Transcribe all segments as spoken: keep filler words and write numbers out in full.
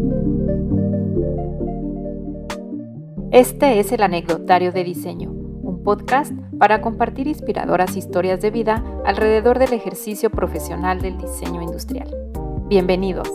Este es el Anecdotario de Diseño, un podcast para compartir inspiradoras historias de vida alrededor del ejercicio profesional del diseño industrial. Bienvenidos.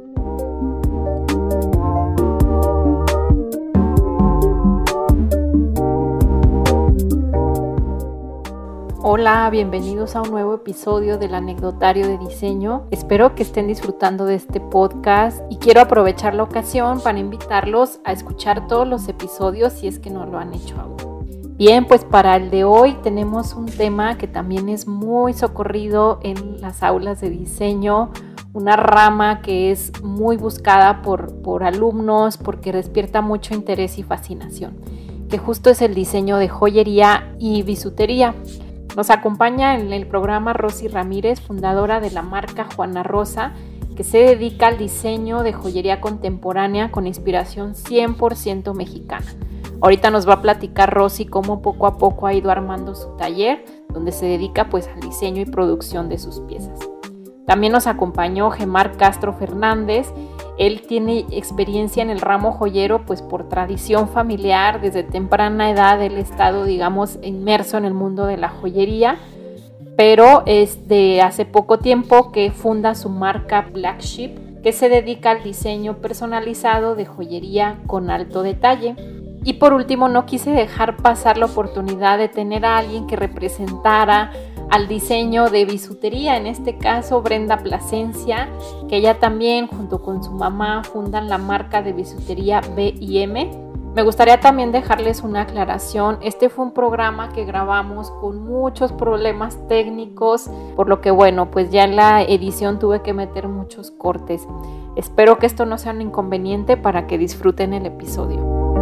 Hola, bienvenidos a un nuevo episodio del Anecdotario de Diseño. Espero que estén disfrutando de este podcast y quiero aprovechar la ocasión para invitarlos a escuchar todos los episodios si es que no lo han hecho aún. Bien, pues para el de hoy tenemos un tema que también es muy socorrido en las aulas de diseño, una rama que es muy buscada por, por alumnos porque despierta mucho interés y fascinación, que justo es el diseño de joyería y bisutería. Nos acompaña en el programa Rosy Ramírez, fundadora de la marca Juana Rosa, que se dedica al diseño de joyería contemporánea con inspiración cien por ciento mexicana. Ahorita nos va a platicar Rosy cómo poco a poco ha ido armando su taller, donde se dedica pues al diseño y producción de sus piezas. También nos acompañó Gemar Castro Fernández. Él tiene experiencia en el ramo joyero, pues por tradición familiar, desde temprana edad él ha estado, digamos, inmerso en el mundo de la joyería, pero es de hace poco tiempo que funda su marca Black Sheep, que se dedica al diseño personalizado de joyería con alto detalle. Y por último, no quise dejar pasar la oportunidad de tener a alguien que representara al diseño de bisutería, en este caso Brenda Plasencia, que ella también junto con su mamá fundan la marca de bisutería B y M. Me gustaría también dejarles una aclaración. Este fue un programa que grabamos con muchos problemas técnicos, por lo que bueno, pues ya en la edición tuve que meter muchos cortes. Espero que esto no sea un inconveniente para que disfruten el episodio.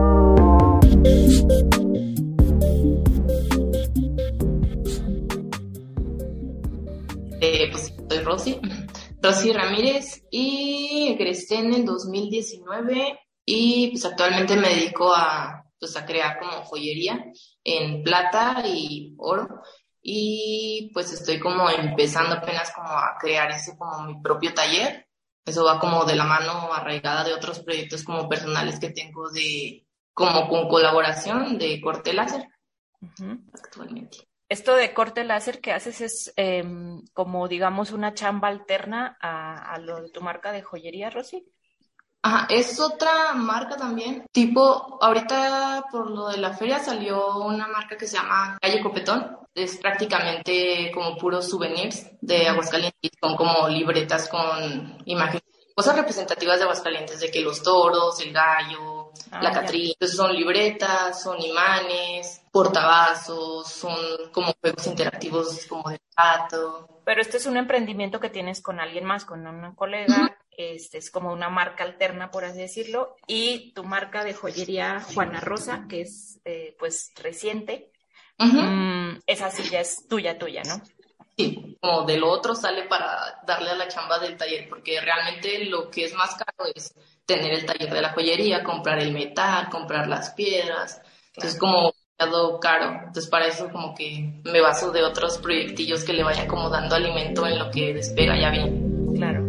Eh, pues soy Rosy, Rosy Ramírez, y egresé en el dos mil diecinueve y pues actualmente me dedico a, pues, a crear como joyería en plata y oro, y pues estoy como empezando apenas como a crear ese como mi propio taller. Eso va como de la mano arraigada de otros proyectos como personales que tengo de como con colaboración de corte láser. Uh-huh. Actualmente. Esto de corte láser que haces es eh, como, digamos, una chamba alterna a, a lo de tu marca de joyería, Rosy. Ajá, es otra marca también. Tipo, ahorita por lo de la feria salió una marca que se llama Calle Copetón. Es prácticamente como puros souvenirs de Aguascalientes, con como libretas con imágenes, cosas representativas de Aguascalientes, de que los toros, el gallo, ah, la catrina. Entonces son libretas, son imanes, portavasos, son como juegos interactivos como de gato. Pero este es un emprendimiento que tienes con alguien más, con una colega. Uh-huh. Este es como una marca alterna, por así decirlo, y tu marca de joyería Juana Rosa, que es eh, pues reciente. Uh-huh. Mm, esa sí ya es tuya, tuya, ¿no? Sí, como del otro sale para darle a la chamba del taller, porque realmente lo que es más caro es tener el taller de la joyería, comprar el metal, comprar las piedras. Entonces como algo caro. Entonces para eso como que me baso de otros proyectillos que le vayan como dando alimento en lo que despega ya bien. Claro.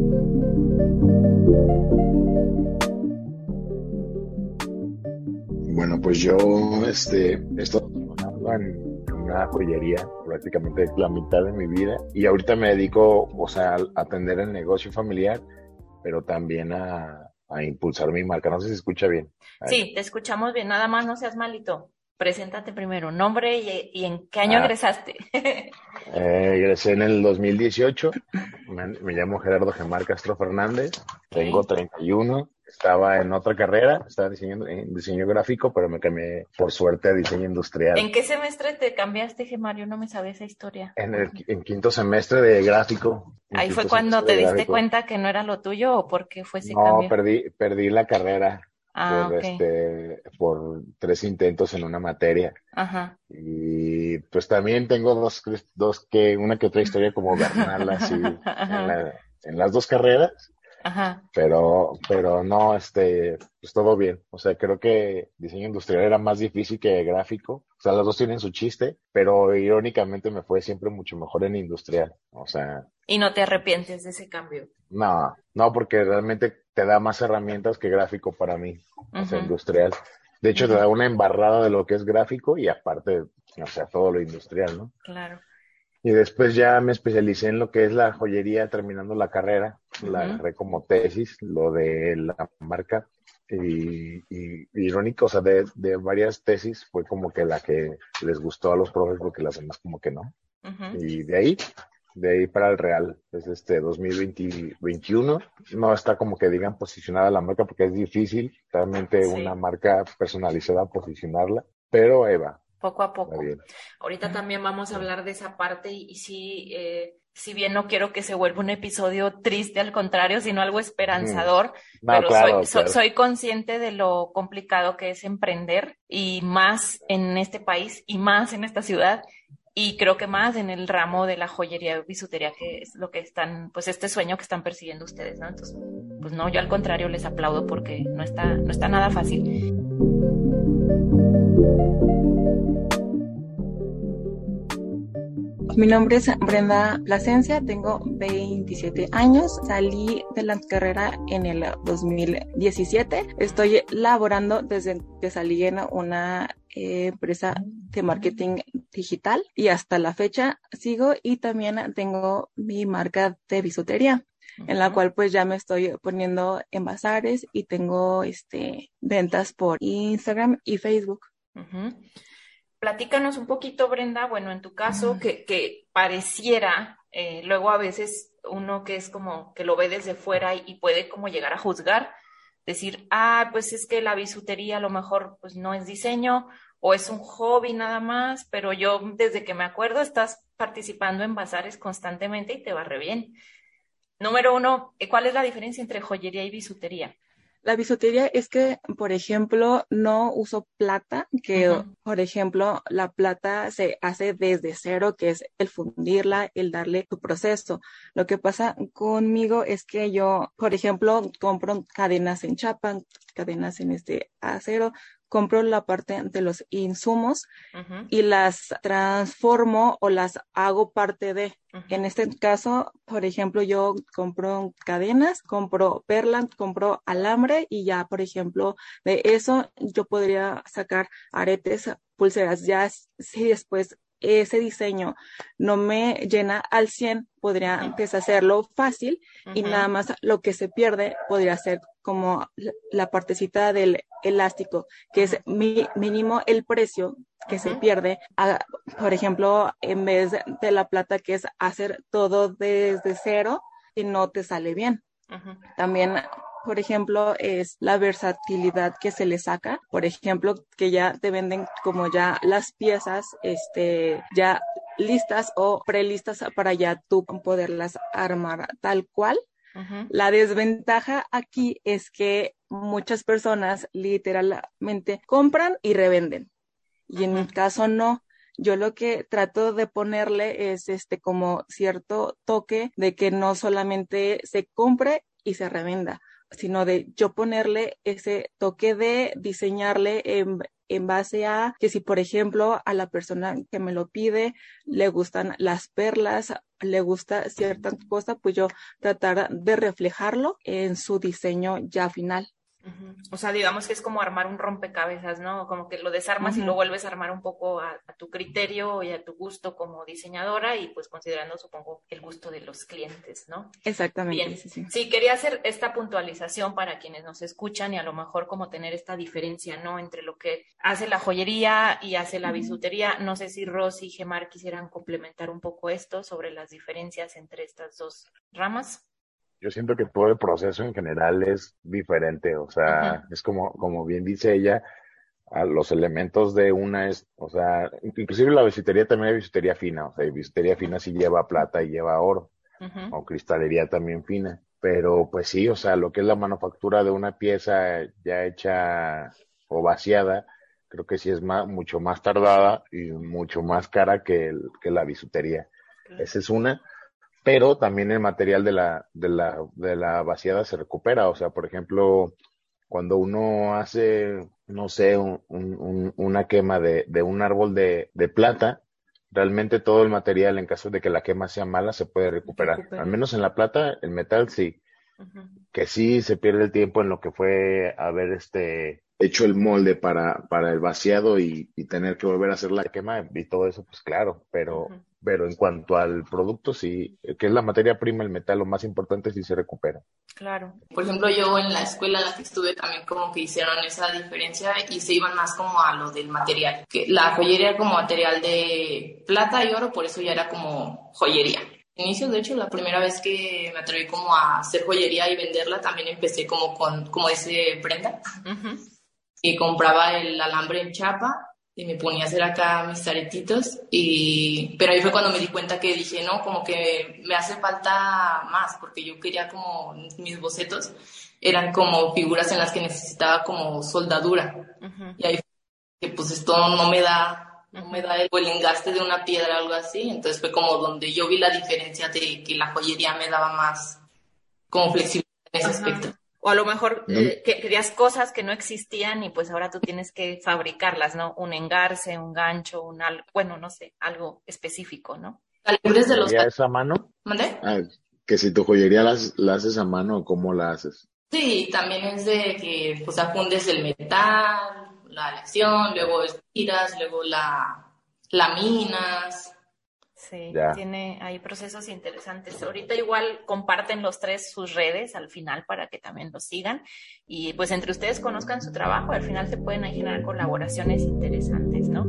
Bueno, pues yo este, estoy trabajando en una joyería prácticamente la mitad de mi vida y ahorita me dedico, o sea, a atender el negocio familiar, pero también a, a impulsar mi marca. No sé si se escucha bien. Sí, te escuchamos bien, nada más no seas malito. Preséntate primero, nombre y, y en qué año ah, egresaste. eh, egresé en el dos mil dieciocho, me, me llamo Gerardo Gemar Castro Fernández, okay. Tengo treinta y uno, estaba en otra carrera, estaba diseñando, en diseño gráfico, pero me cambié por suerte a diseño industrial. ¿En qué semestre te cambiaste, Gemar? Yo no me sabía esa historia. En el en quinto semestre de gráfico. ¿Ahí fue cuando te diste gráfico. Cuenta que no era lo tuyo o por qué fue ese no, cambio? No, perdí, perdí la carrera. Ah, por, okay. este, por tres intentos en una materia. Ajá. Y pues también tengo dos, dos que, una que otra historia como carnal así en, la, en las dos carreras. Ajá. Pero, pero no, este, pues todo bien. O sea, creo que diseño industrial era más difícil que gráfico. O sea, los dos tienen su chiste, pero irónicamente me fue siempre mucho mejor en industrial. O sea. ¿Y no te arrepientes de ese cambio? No, no, porque realmente te da más herramientas que gráfico para mí, uh-huh. o sea, industrial. De hecho, uh-huh. te da una embarrada de lo que es gráfico y aparte, o sea, todo lo industrial, ¿no? Claro. Y después ya me especialicé en lo que es la joyería terminando la carrera, uh-huh. la agarré como tesis, lo de la marca. Y, y, y irónico, o sea, de, de varias tesis fue como que la que les gustó a los profes porque las demás como que no. Uh-huh. Y de ahí, de ahí para el Real, es este dos mil veintiuno, no está como que digan posicionada la marca porque es difícil, realmente sí. una marca personalizada posicionarla, pero ahí va. Poco a poco. Ahorita también vamos a hablar de esa parte y, y sí, eh, si bien no quiero que se vuelva un episodio triste, al contrario, sino algo esperanzador, mm. no, pero claro, soy, claro. soy consciente de lo complicado que es emprender y más en este país y más en esta ciudad y creo que más en el ramo de la joyería y bisutería, que es lo que están, pues este sueño que están persiguiendo ustedes, ¿no? Entonces, pues no, yo al contrario les aplaudo porque no está, no está nada fácil. Mi nombre es Brenda Plasencia, tengo veintisiete años, salí de la carrera en el dos mil diecisiete, estoy laborando desde que salí en una eh, empresa de marketing digital y hasta la fecha sigo y también tengo mi marca de bisutería, uh-huh. en la cual pues ya me estoy poniendo en bazares y tengo este ventas por Instagram y Facebook. Uh-huh. Platícanos un poquito, Brenda, bueno, en tu caso, que, que pareciera, eh, luego a veces uno que es como que lo ve desde fuera y, y puede como llegar a juzgar, decir, ah, pues es que la bisutería a lo mejor pues no es diseño o es un hobby nada más, pero yo desde que me acuerdo estás participando en bazares constantemente y te va re bien. Número uno, ¿cuál es la diferencia entre joyería y bisutería? La bisutería es que, por ejemplo, no uso plata, que, uh-huh. por ejemplo, la plata se hace desde cero, que es el fundirla, el darle tu proceso. Lo que pasa conmigo es que yo, por ejemplo, compro cadenas en chapa, cadenas en este acero, compro la parte de los insumos uh-huh. y las transformo o las hago parte de. Uh-huh. En este caso, por ejemplo, yo compro cadenas, compro perlas, compro alambre y ya, por ejemplo, de eso yo podría sacar aretes, pulseras. Ya si después ese diseño no me llena al cien, podría uh-huh. deshacerlo fácil uh-huh. y nada más lo que se pierde podría ser como la partecita del elástico, que uh-huh. es mi, mínimo el precio que uh-huh. se pierde, a, por ejemplo, en vez de la plata, que es hacer todo desde cero y no te sale bien. Uh-huh. También, por ejemplo, es la versatilidad que se le saca, por ejemplo, que ya te venden como ya las piezas, este, ya listas o prelistas para ya tú poderlas armar tal cual. Uh-huh. La desventaja aquí es que muchas personas literalmente compran y revenden. Y en uh-huh. mi caso no. Yo lo que trato de ponerle es este como cierto toque de que no solamente se compre y se revenda, sino de yo ponerle ese toque de diseñarle en, en base a que si, por ejemplo, a la persona que me lo pide le gustan las perlas, le gusta cierta cosa, pues yo tratar de reflejarlo en su diseño ya final. Uh-huh. O sea, digamos que es como armar un rompecabezas, ¿no? Como que lo desarmas uh-huh. y lo vuelves a armar un poco a, a tu criterio y a tu gusto como diseñadora y pues considerando, supongo, el gusto de los clientes, ¿no? Exactamente. Bien. Sí, sí. Sí, quería hacer esta puntualización para quienes nos escuchan y a lo mejor como tener esta diferencia, ¿no? Entre lo que hace la joyería y hace la bisutería. No sé si Rosy y Gemar quisieran complementar un poco esto sobre las diferencias entre estas dos ramas. Yo siento que todo el proceso en general es diferente, o sea, uh-huh. es como, como bien dice ella, a los elementos de una es, o sea, inclusive la bisutería también hay bisutería fina, o sea, bisutería fina sí lleva plata y lleva oro, uh-huh. o cristalería también fina, pero pues sí, o sea, lo que es la manufactura de una pieza ya hecha o vaciada, creo que sí es más, mucho más tardada y mucho más cara que, el, que la bisutería. Uh-huh. Esa es una. Pero también el material de la, de la, de la vaciada se recupera. O sea, por ejemplo, cuando uno hace, no sé, un, un, una quema de, de un árbol de, de plata, realmente todo el material, en caso de que la quema sea mala, se puede recuperar. Recupera. Al menos en la plata, el metal sí. Ujú. que sí se pierde el tiempo en lo que fue haber este hecho el molde para, para el vaciado y, y tener que volver a hacer la quema y todo eso, pues claro, pero, Ujú. pero en cuanto al producto, sí, que es la materia prima, el metal, lo más importante, sí se recupera. Claro. Por ejemplo, yo en la escuela en la que estuve también como que hicieron esa diferencia y se iban más como a lo del material. Que la joyería era como material de plata y oro, por eso ya era como joyería. Inicio, de hecho, la primera vez que me atreví como a hacer joyería y venderla, también empecé como con, como dice Brenda, Ujú. y compraba el alambre en chapa y me ponía a hacer acá mis aretitos y pero ahí fue cuando me di cuenta que dije no, como que me hace falta más porque yo quería como mis bocetos eran como figuras en las que necesitaba como soldadura Ujú. y ahí fue que pues esto no me da no me Ujú. da el, el engaste de una piedra o algo así, entonces fue como donde yo vi la diferencia de que la joyería me daba más como flexibilidad en ese aspecto. Ajá. O a lo mejor No, eh, que querías cosas que no existían y pues ahora tú tienes que fabricarlas, ¿no? Un engarce, un gancho, un algo, bueno, no sé, algo específico, ¿no? Calibres de los ¿joyería es a mano? ¿Mandé? Ah, que si tu joyería la, haces- la haces a mano, ¿cómo la haces? Sí, también es de que pues afundes el metal, la aleación, luego estiras, luego la laminas. Sí, Ya. tiene ahí procesos interesantes. Ahorita igual comparten los tres sus redes al final para que también los sigan y pues entre ustedes conozcan su trabajo. Al final se pueden ahí generar colaboraciones interesantes, ¿no?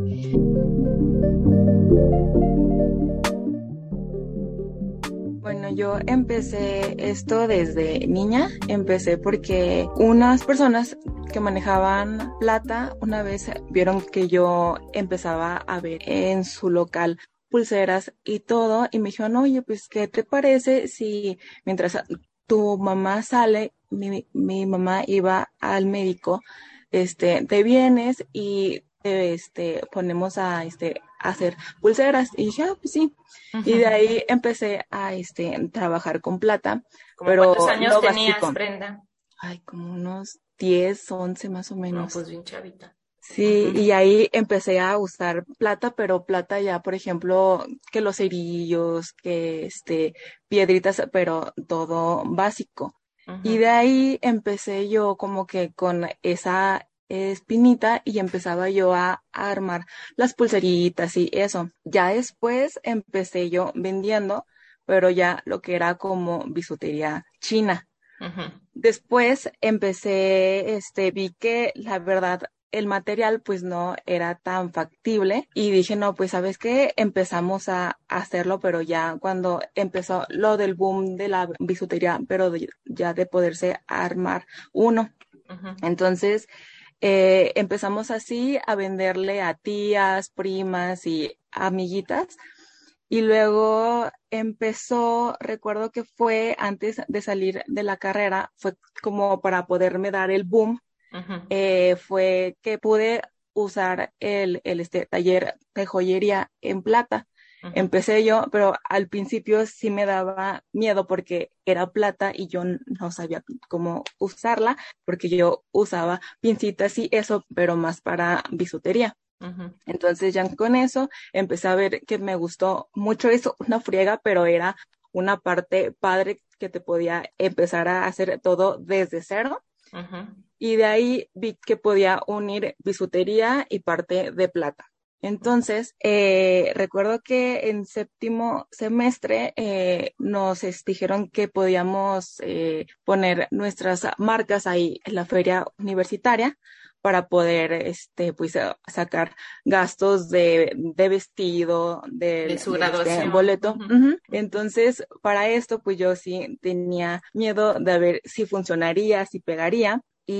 Bueno, yo empecé esto desde niña. Empecé porque unas personas que manejaban plata una vez vieron que yo empezaba a ver en su local pulseras y todo y me dijeron, oye, pues, ¿qué te parece si mientras tu mamá sale, mi, mi mamá iba al médico, este, te vienes y te, este, ponemos a, este, a hacer pulseras? Y dije, ah, pues sí. Y de ahí empecé a este, trabajar con plata, ¿Como cuántos pero años lo tenías, básico. Brenda? Ay, como unos diez once más o No, menos. pues bien chavita. Sí, Ujú. y ahí empecé a usar plata, pero plata ya, por ejemplo, que los cerillos, que este, piedritas, pero todo básico. Y Ujú. de ahí empecé yo como que con esa espinita y empezaba yo a, a armar las pulseritas y eso. Ya después empecé yo vendiendo, pero ya lo que era como bisutería china. Ujú. Después empecé, este, vi que la verdad el material pues no era tan factible y dije, no, pues sabes qué, empezamos a hacerlo, pero ya cuando empezó lo del boom de la bisutería, pero de- ya de poderse armar uno. Ujú. Entonces, eh, empezamos así a venderle a tías, primas y amiguitas. Y luego empezó, recuerdo que fue antes de salir de la carrera, fue como para poderme dar el boom, Ujú. eh, fue que pude usar el, el este, taller de joyería en plata. Ujú. Empecé yo, pero al principio sí me daba miedo porque era plata y yo no sabía cómo usarla, porque yo usaba pincitas y eso, pero más para bisutería. Ujú. Entonces ya con eso empecé a ver que me gustó mucho eso, una friega, pero era una parte padre que te podía empezar a hacer todo desde cero. Ujú. Y de ahí vi que podía unir bisutería y parte de plata. Entonces, eh, recuerdo que en séptimo semestre eh, nos es- dijeron que podíamos eh, poner nuestras marcas ahí en la feria universitaria para poder este, pues, a- sacar gastos de, de vestido, De del, su del este, graduación. boleto. Ujú. Ujú. Entonces, para esto, pues yo sí tenía miedo de ver si funcionaría, si pegaría.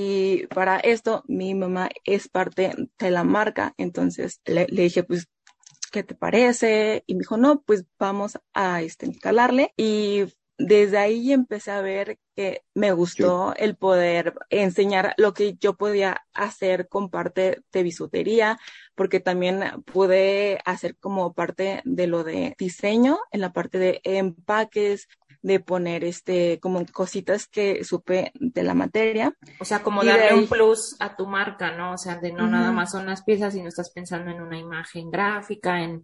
Y para esto, mi mamá es parte de la marca, entonces le, le dije, pues, ¿qué te parece? Y me dijo, no, pues vamos a este, calarle. Y desde ahí empecé a ver que me Yo, gustó el poder enseñar lo que yo podía hacer con parte de bisutería, porque también pude hacer como parte de lo de diseño, en la parte de empaques, de poner este como cositas que supe de la materia. O sea, como Y de darle un ahí, plus a tu marca, ¿no? O sea, de no nada ujú, más son las piezas, sino estás pensando en una imagen gráfica, en,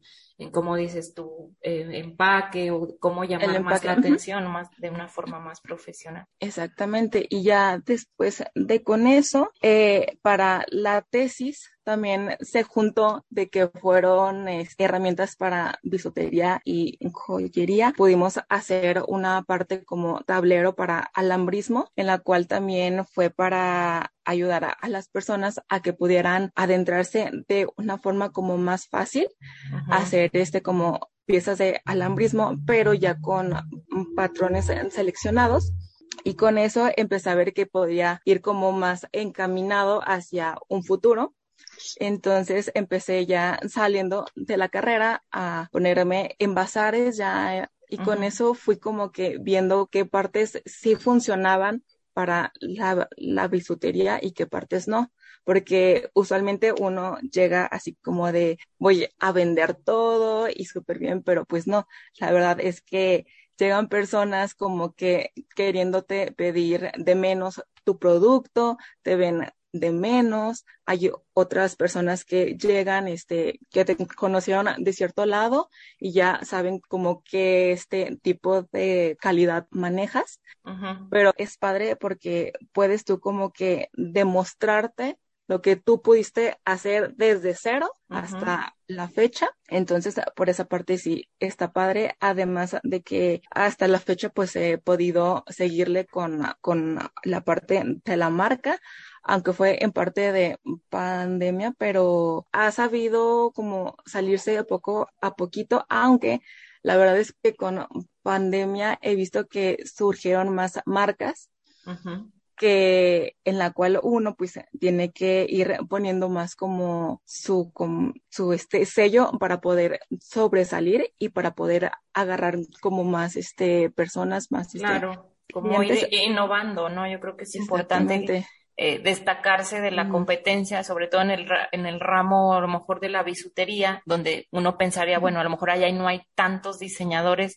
como dices tú, eh, empaque o cómo llamar El más empaque, la ujú. atención, más de una forma más profesional. Exactamente. Y ya después de con eso, eh, para la tesis también se juntó de que fueron eh, herramientas para bisutería y joyería. Pudimos hacer una parte como tablero para alambrismo, en la cual también fue para ayudar a, a las personas a que pudieran adentrarse de una forma como más fácil, Ujú. hacer este como piezas de alambrismo, pero ya con mm, patrones eh, seleccionados. Y con eso empecé a ver que podía ir como más encaminado hacia un futuro. Entonces empecé ya saliendo de la carrera a ponerme en bazares ya, y con Ujú. eso fui como que viendo qué partes sí funcionaban para la, la bisutería y qué partes no, porque usualmente uno llega así como de voy a vender todo y súper bien, pero pues no, la verdad es que llegan personas como que queriéndote pedir de menos tu producto, te ven de menos, hay otras personas que llegan, este, que te conocieron de cierto lado y ya saben como que este tipo de calidad manejas, Ujú. pero es padre porque puedes tú como que demostrarte lo que tú pudiste hacer desde cero Ujú. hasta la fecha. Entonces, por esa parte sí está padre. Además de que hasta la fecha pues he podido seguirle con, con la parte de la marca, aunque fue en parte de pandemia, pero ha sabido como salirse de poco a poquito, aunque la verdad es que con pandemia he visto que surgieron más marcas Ujú. que en la cual uno pues tiene que ir poniendo más como su, como su este sello para poder sobresalir y para poder agarrar como más este personas, más este Claro, como ir clientes. innovando, ¿no? Yo creo que es importante Exactamente. eh, destacarse de la Ujú, competencia, sobre todo en el, ra- en el ramo a lo mejor de la bisutería, donde uno pensaría, ujú. bueno, a lo mejor allá no hay tantos diseñadores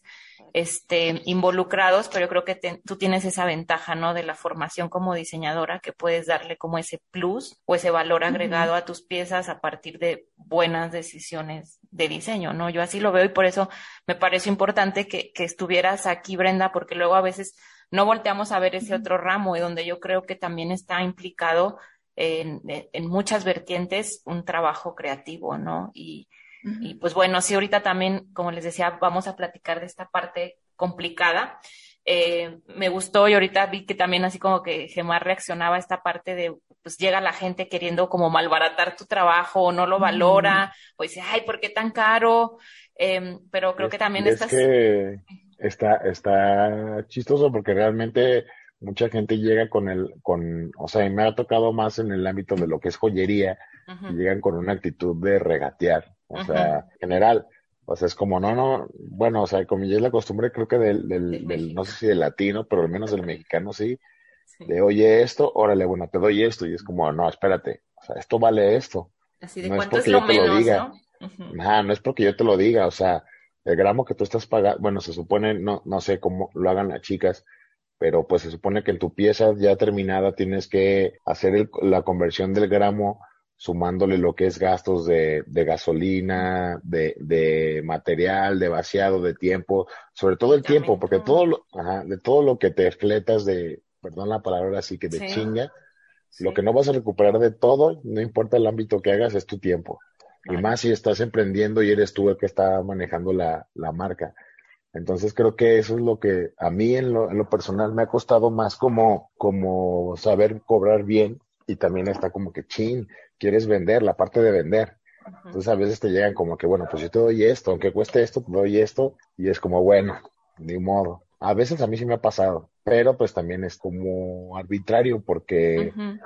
este, involucrados, pero yo creo que te- tú tienes esa ventaja, ¿no? De la formación como diseñadora, que puedes darle como ese plus o ese valor Ujú. agregado a tus piezas a partir de buenas decisiones de diseño, ¿no? Yo así lo veo y por eso me pareció importante que, que estuvieras aquí, Brenda, porque luego a veces no volteamos a ver ese Ujú. otro ramo y donde yo creo que también está implicado en, en muchas vertientes un trabajo creativo, ¿no? Y, Ujú. y pues bueno, sí, ahorita también, como les decía, vamos a platicar de esta parte complicada. Eh, me gustó y ahorita vi que también así como que Gemma reaccionaba a esta parte de, pues llega la gente queriendo como malbaratar tu trabajo o no lo Ujú. valora o dice, ay, ¿por qué tan caro? Eh, pero Y creo es, que también y es estas... que está, está chistoso porque realmente mucha gente llega con el, con, o sea, y me ha tocado más en el ámbito de lo que es joyería, Ujú, y llegan con una actitud de regatear, o ujú, sea, general. O sea, es como, no, no, bueno, o sea, como ya es la costumbre, creo que del, de del, del, no México. sé si del latino, pero al menos del mexicano sí, Sí. de oye esto, órale, bueno, te doy esto, y es como, no, espérate, o sea, esto vale esto, Así de no es cuánto es porque lo yo te lo menos, diga. ¿no? Ujú. Ajá, no es porque yo te lo diga, o sea, el gramo que tú estás pagando, bueno, se supone, no, no sé cómo lo hagan las chicas, pero pues se supone que en tu pieza ya terminada tienes que hacer el- la conversión del gramo sumándole lo que es gastos de, de gasolina, de, de material, de vaciado, de tiempo, sobre todo el tiempo, porque todo Medicamento. lo, ajá, de todo lo que te fletas de, perdón la palabra así que de Sí, chinga, lo que sí, no vas a recuperar de todo, no importa el ámbito que hagas, es tu tiempo. Y claro. más si estás emprendiendo y eres tú el que está manejando la, la marca. Entonces creo que eso es lo que a mí en lo, en lo personal me ha costado más como, como saber cobrar bien y también está como que chin, quieres vender, la parte de vender. Ujú. Entonces a veces te llegan como que, bueno, pues yo te doy esto, aunque cueste esto, te doy esto y es como, bueno, ni modo. A veces a mí sí me ha pasado, pero pues también es como arbitrario porque Ujú.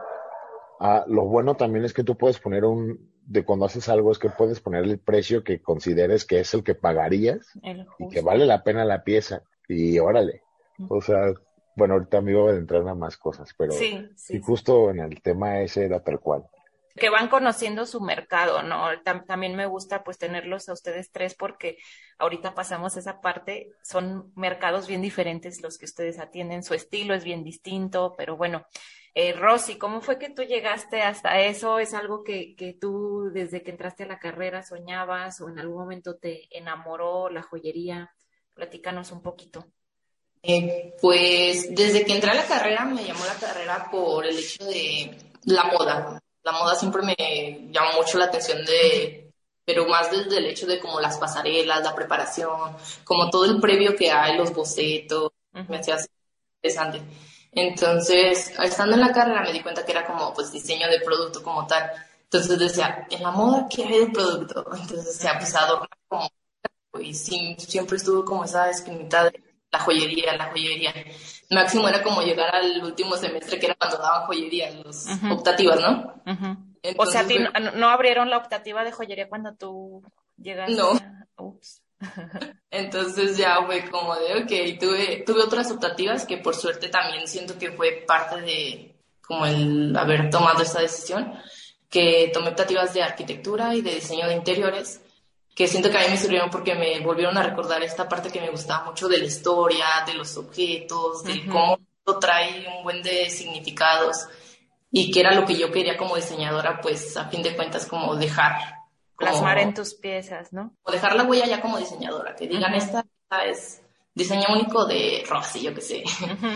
ah, lo bueno también es que tú puedes poner un, de cuando haces algo, es que puedes poner el precio que consideres que es el que pagarías El y que justo. vale la pena la pieza. Y órale. O sea, bueno, ahorita me iba a entrar a más cosas, pero Sí, sí, sí, sí. justo en el tema ese era tal cual. Que van conociendo su mercado, ¿no? Tam- también me gusta pues tenerlos a ustedes tres porque ahorita pasamos esa parte, son mercados bien diferentes los que ustedes atienden, su estilo es bien distinto, pero bueno, Eh, Rosy, ¿cómo fue que tú llegaste hasta eso? ¿Es algo que, que tú desde que entraste a la carrera soñabas o en algún momento te enamoró la joyería? Platícanos un poquito. Eh, pues desde que entré a la carrera me llamó la carrera por el hecho de la moda. La moda siempre me llamó mucho la atención de, pero más desde el hecho de como las pasarelas, la preparación, como todo el previo que hay, los bocetos, Uh-huh. me hacía así interesante. Entonces, estando en la carrera me di cuenta que era como pues diseño de producto como tal. Entonces decía, en la moda, ¿qué hay de producto? Entonces decía, pues adornar como, y sí, siempre estuvo como esa espinita de la joyería, la joyería. Máximo era como llegar al último semestre, que era cuando daban joyería, los Uh-huh. optativas, ¿no? Uh-huh. Entonces, o sea, ¿a ti fue... no, no abrieron la optativa de joyería cuando tú llegaste? No. A... Ups. Entonces ya fue como de, ok, tuve, tuve otras optativas que por suerte también siento que fue parte de como el haber tomado esta decisión, que tomé optativas de arquitectura y de diseño de interiores, que siento que a mí me sirvieron porque me volvieron a recordar esta parte que me gustaba mucho de la historia, de los objetos, de Uh-huh. cómo todo trae un buen de significados y que era lo que yo quería como diseñadora, pues a fin de cuentas como dejar, Plasmar como, en tus piezas, ¿no? o dejar la huella ya como diseñadora, que digan Uh-huh. esta, esta es diseño único de Rosy, yo qué sé. Uh-huh.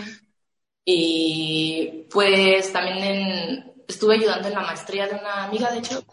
Y pues también en, estuve ayudando en la maestría de una amiga, de hecho.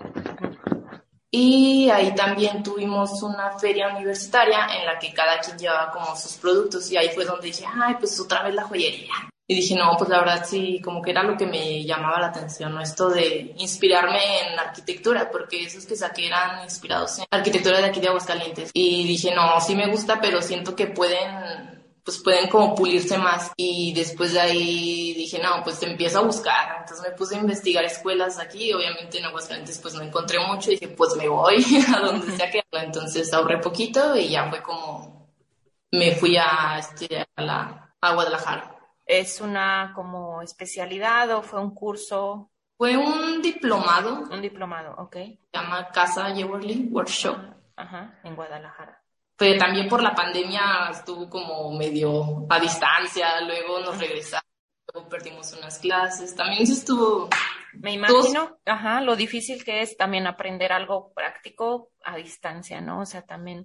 Y ahí también tuvimos una feria universitaria en la que cada quien llevaba como sus productos y ahí fue donde dije, ay, pues otra vez la joyería. Y dije, no, pues la verdad sí, como que era lo que me llamaba la atención, ¿no? Esto de inspirarme en arquitectura, porque esos que saqué eran inspirados en arquitectura de aquí de Aguascalientes. Y dije, no, sí me gusta, pero siento que pueden... pues pueden como pulirse más y después de ahí dije, no, pues empiezo a buscar, entonces me puse a investigar escuelas aquí, obviamente en Aguascalientes pues no encontré mucho y dije, pues me voy a donde sea que, entonces ahorré poquito y ya fue como, me fui a estudiar a, la, a Guadalajara. ¿Es una como especialidad o fue un curso? Fue un diplomado. Un diplomado, ok. Se llama Casa Yewerly Workshop. Ajá, en Guadalajara. Pero también por la pandemia estuvo como medio a distancia, luego nos regresamos, luego perdimos unas clases, también se estuvo... Me imagino, ajá, lo difícil que es también aprender algo práctico a distancia, ¿no? O sea, también,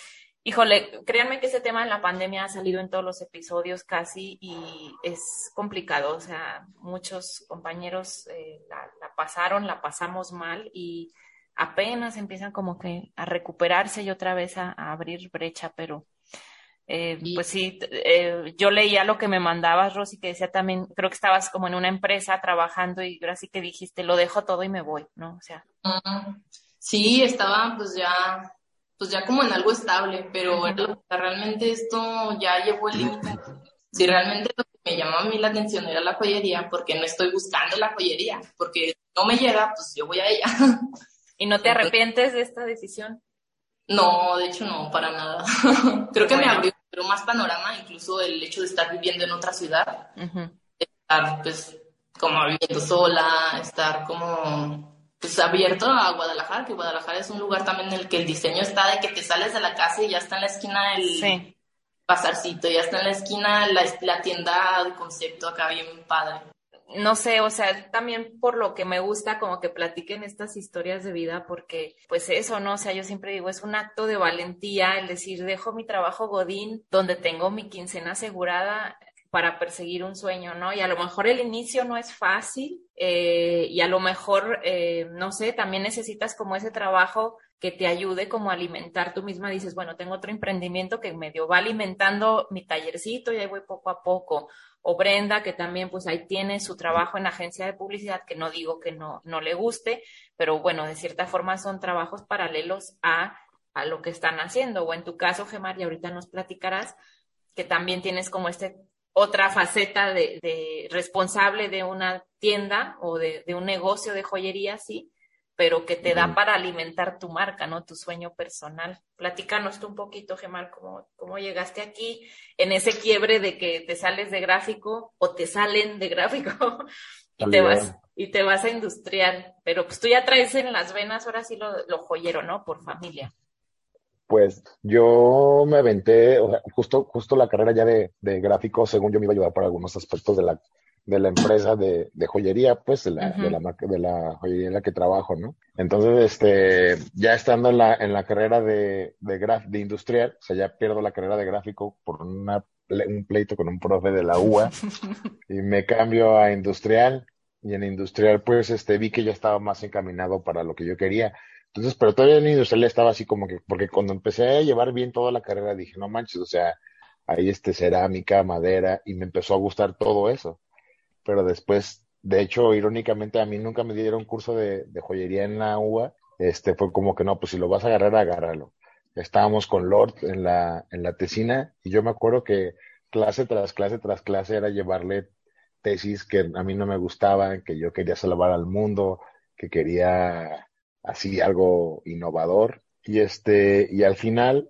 híjole, créanme que ese tema en la pandemia ha salido en todos los episodios casi y es complicado, o sea, muchos compañeros eh, la, la pasaron, la pasamos mal y apenas empiezan como que a recuperarse y otra vez a, a abrir brecha, pero eh, Y- pues sí, eh, yo leía lo que me mandabas, Rosy, que decía también, creo que estabas como en una empresa trabajando y ahora sí que dijiste, lo dejo todo y me voy, ¿no? O sea, Ujú. Sí, estaba pues ya, pues ya como en algo estable, pero era lo que realmente esto ya llevó el límite. Si realmente lo que me llamaba a mí la atención era la joyería, porque no estoy buscando la joyería, porque no me llega, pues yo voy a ella. ¿y no te Entonces, arrepientes de esta decisión? no, de hecho no, para nada. Creo que me Bueno. abrió pero más panorama, incluso el hecho de estar viviendo en otra ciudad, Ujú. estar pues como viviendo sola, estar como pues abierto a Guadalajara, que Guadalajara es un lugar también en el que el diseño está de que te sales de la casa y ya está en la esquina el Sí. bazarcito, ya está en la esquina la, la tienda de concepto acá bien padre. No sé, o sea, también por lo que me gusta como que platiquen estas historias de vida, porque pues eso, ¿no? O sea, yo siempre digo, es un acto de valentía el decir, dejo mi trabajo Godín, donde tengo mi quincena asegurada para perseguir un sueño, ¿no? Y a lo mejor el inicio no es fácil eh, y a lo mejor, eh, no sé, también necesitas como ese trabajo que te ayude como a alimentar tú misma. Dices, bueno, tengo otro emprendimiento que medio va alimentando mi tallercito y ahí voy poco a poco. O Brenda, que también pues ahí tiene su trabajo en agencia de publicidad, que no digo que no, no le guste, pero bueno, de cierta forma son trabajos paralelos a, a lo que están haciendo. O en tu caso, Gemar, y ahorita nos platicarás, que también tienes como este otra faceta de, de responsable de una tienda o de, de un negocio de joyería, sí, pero que te da Ujú. para alimentar tu marca, ¿no? Tu sueño personal. Platícanos tú un poquito, Gemar, cómo, cómo llegaste aquí en ese quiebre de que te sales de gráfico o te salen de gráfico y te vas Salieron. y te vas a industrial, pero pues tú ya traes en las venas ahora sí lo, lo joyero, ¿no? Por familia. Pues yo me aventé, o sea, justo, justo la carrera ya de, de gráfico, según yo me iba a ayudar para algunos aspectos de la, de la empresa de, de joyería, pues, de la, Ujú. de la marca, de la joyería en la que trabajo, ¿no? Entonces, este, ya estando en la, en la carrera de, de, graf, de industrial, o sea, ya pierdo la carrera de gráfico por una, un pleito con un profe de la U A y me cambio a industrial y en industrial pues este vi que ya estaba más encaminado para lo que yo quería. Entonces, pero todavía en industrial estaba así como que, porque cuando empecé a llevar bien toda la carrera dije, no manches, o sea, hay este cerámica, madera y me empezó a gustar todo eso. Pero después, de hecho, irónicamente a mí nunca me dieron curso de, de joyería en la U A. Este fue como que no, pues si lo vas a agarrar, agárralo. Estábamos con Lord en la, en la tesina y yo me acuerdo que clase tras clase tras clase era llevarle tesis que a mí no me gustaban, que yo quería salvar al mundo, que quería así algo innovador. Y este, y al final,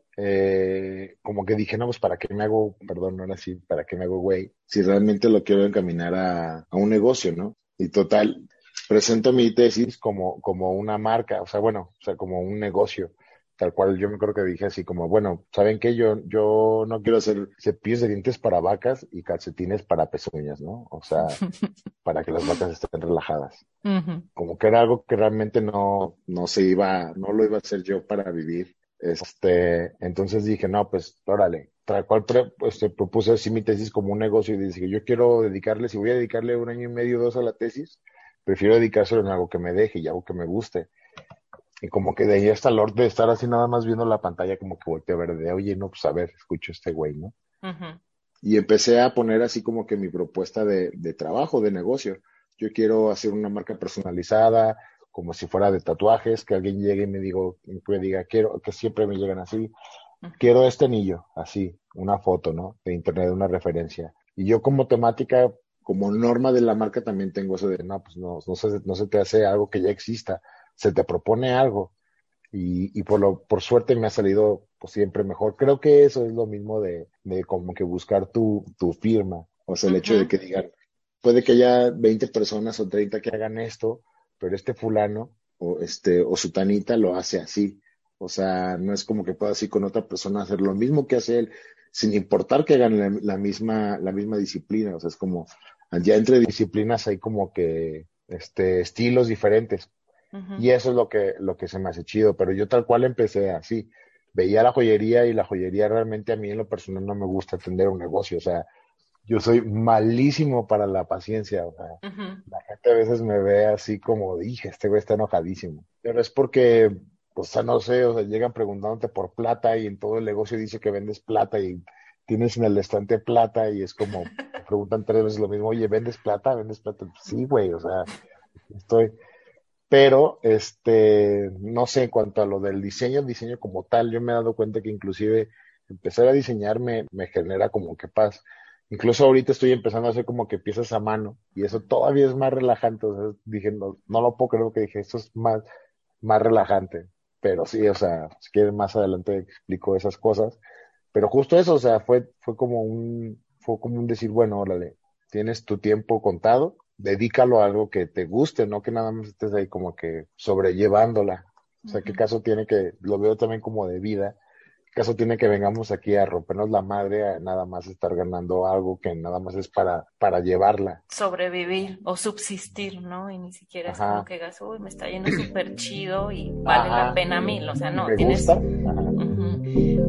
eh, como que dije, no, pues para qué me hago, perdón, no era así, para qué me hago güey, si realmente lo quiero encaminar a, a un negocio, ¿no? Y total, presento mi tesis como, como una marca, o sea, bueno, o sea, como un negocio tal cual yo me creo que dije así como, bueno, ¿saben qué? Yo, yo no quiero hacer cepillos de dientes para vacas y calcetines para pezuñas, ¿no? O sea, para que las vacas estén relajadas. Ujú. Como que era algo que realmente no, no se iba, no lo iba a hacer yo para vivir. Este, entonces dije, no, pues, órale, tal cual pre- pues, te propuse así mi tesis como un negocio y dije, yo quiero dedicarle, si voy a dedicarle un año y medio, dos a la tesis, prefiero dedicárselo en algo que me deje y algo que me guste. Y como que de ahí hasta el orden de estar así nada más viendo la pantalla, como que volteé a ver de, oye, no, pues a ver, escucho a este güey, ¿no? Ujú. Y empecé a poner así como que mi propuesta de, de trabajo, de negocio. Yo quiero hacer una marca personalizada, como si fuera de tatuajes, que alguien llegue y me digo, me diga, quiero, que siempre me llegan así, Ujú. quiero este anillo, así, una foto, ¿no? De internet, una referencia. Y yo como temática, como norma de la marca también tengo eso de, no, pues no, no se, no se te hace algo que ya exista, se te propone algo y, y por lo, por suerte me ha salido pues, siempre mejor. Creo que eso es lo mismo de, de como que buscar tu, tu firma. O sea, el hecho de Ujú. que digan, puede que haya veinte personas o treinta que hagan esto, pero este fulano o este, o sutanita lo hace así. O sea, no es como que pueda así con otra persona hacer lo mismo que hace él, sin importar que hagan la, la misma, la misma disciplina. O sea, es como, ya entre disciplinas hay como que, este, estilos diferentes. Ujú. Y eso es lo que, lo que se me hace chido, pero yo tal cual empecé así. Veía la joyería y la joyería realmente a mí en lo personal no me gusta atender un negocio, o sea, yo soy malísimo para la paciencia, o sea, Ujú. la gente a veces me ve así como, dije, este güey está enojadísimo. Pero es porque, o sea, no sé, o sea, llegan preguntándote por plata y en todo el negocio dice que vendes plata y tienes en el estante plata y es como, te preguntan tres veces lo mismo, oye, ¿vendes plata? ¿Vendes plata? Sí, güey, o sea, estoy, pero, este, no sé, en cuanto a lo del diseño, diseño como tal, yo me he dado cuenta que inclusive empezar a diseñar me, me genera como que paz. Incluso ahorita estoy empezando a hacer como que piezas a mano y eso todavía es más relajante. O sea, dije, no, no lo puedo creer que dije, esto es más, más relajante. Pero sí, o sea, si quieren más adelante explico esas cosas. Pero justo eso, o sea, fue, fue como un, fue como un decir, bueno, órale, tienes tu tiempo contado, dedícalo a algo que te guste, no que nada más estés ahí como que sobrellevándola. O sea, ¿qué Ujú. caso tiene que, lo veo también como de vida, qué caso tiene que vengamos aquí a rompernos la madre a nada más estar ganando algo que nada más es para, para llevarla? Sobrevivir o subsistir, ¿no? Y ni siquiera es como Ajá, que digas, uy, me está yendo súper chido y vale la ajá, pena mil. O sea, no, ¿me tienes. gusta? Ajá. Ujú.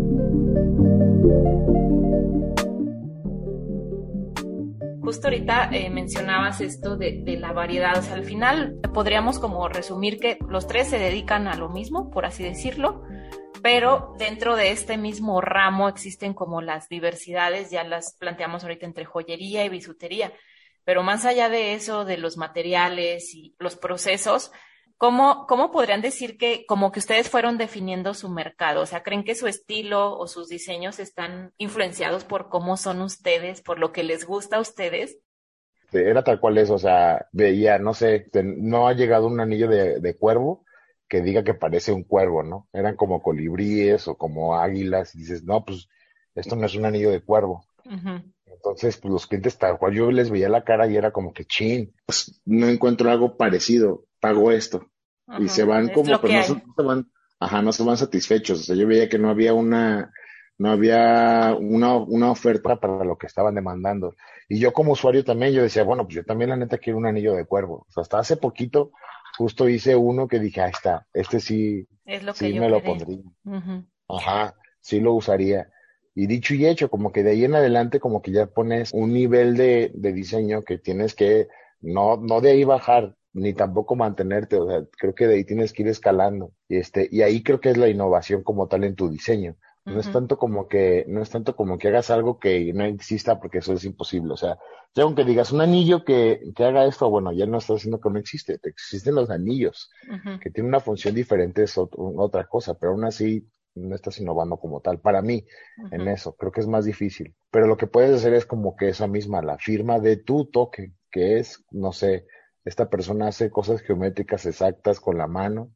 Justo ahorita eh, mencionabas esto de, de la variedad, o sea, al final podríamos como resumir que los tres se dedican a lo mismo, por así decirlo, pero dentro de este mismo ramo existen como las diversidades, ya las planteamos ahorita entre joyería y bisutería, pero más allá de eso, de los materiales y los procesos, ¿cómo, cómo podrían decir que como que ustedes fueron definiendo su mercado? O sea, ¿creen que su estilo o sus diseños están influenciados por cómo son ustedes, por lo que les gusta a ustedes? Era tal cual eso, o sea, veía, no sé, te- no ha llegado un anillo de, de cuervo que diga que parece un cuervo, ¿no? Eran como colibríes o como águilas, y dices, no, pues esto no es un anillo de cuervo. Ujú. Entonces, pues los clientes tal cual yo les veía la cara y era como que, chin, pues no encuentro algo parecido, pago esto. Y se Ajá, van es como, lo pero que no se, hay. no se van, ajá, no se van satisfechos. O sea, yo veía que no había una, no había una, una oferta para lo que estaban demandando. Y yo como usuario también, yo decía, bueno, pues yo también la neta quiero un anillo de cuervo. O sea, hasta hace poquito justo hice uno que dije, ahí está, este sí, Es lo que sí yo me lo quería. pondría. Ujú. Ajá, sí lo usaría. Y dicho y hecho, como que de ahí en adelante, como que ya pones un nivel de, de diseño que tienes que, no, no de ahí bajar, ni tampoco mantenerte, o sea, creo que de ahí tienes que ir escalando. Y este, y ahí creo que es la innovación como tal en tu diseño. No es Ujú. tanto como que, no es tanto como que hagas algo que no exista, porque eso es imposible. O sea, ya aunque digas un anillo que, que haga esto, bueno, ya no estás haciendo que no existe, existen los anillos, Ujú. que tienen una función diferente, es ot- otra cosa, pero aún así no estás innovando como tal. Para mí, en Ujú. eso, creo que es más difícil. Pero lo que puedes hacer es como que esa misma, la firma de tu toque, que es, no sé, esta persona hace cosas geométricas exactas con la mano,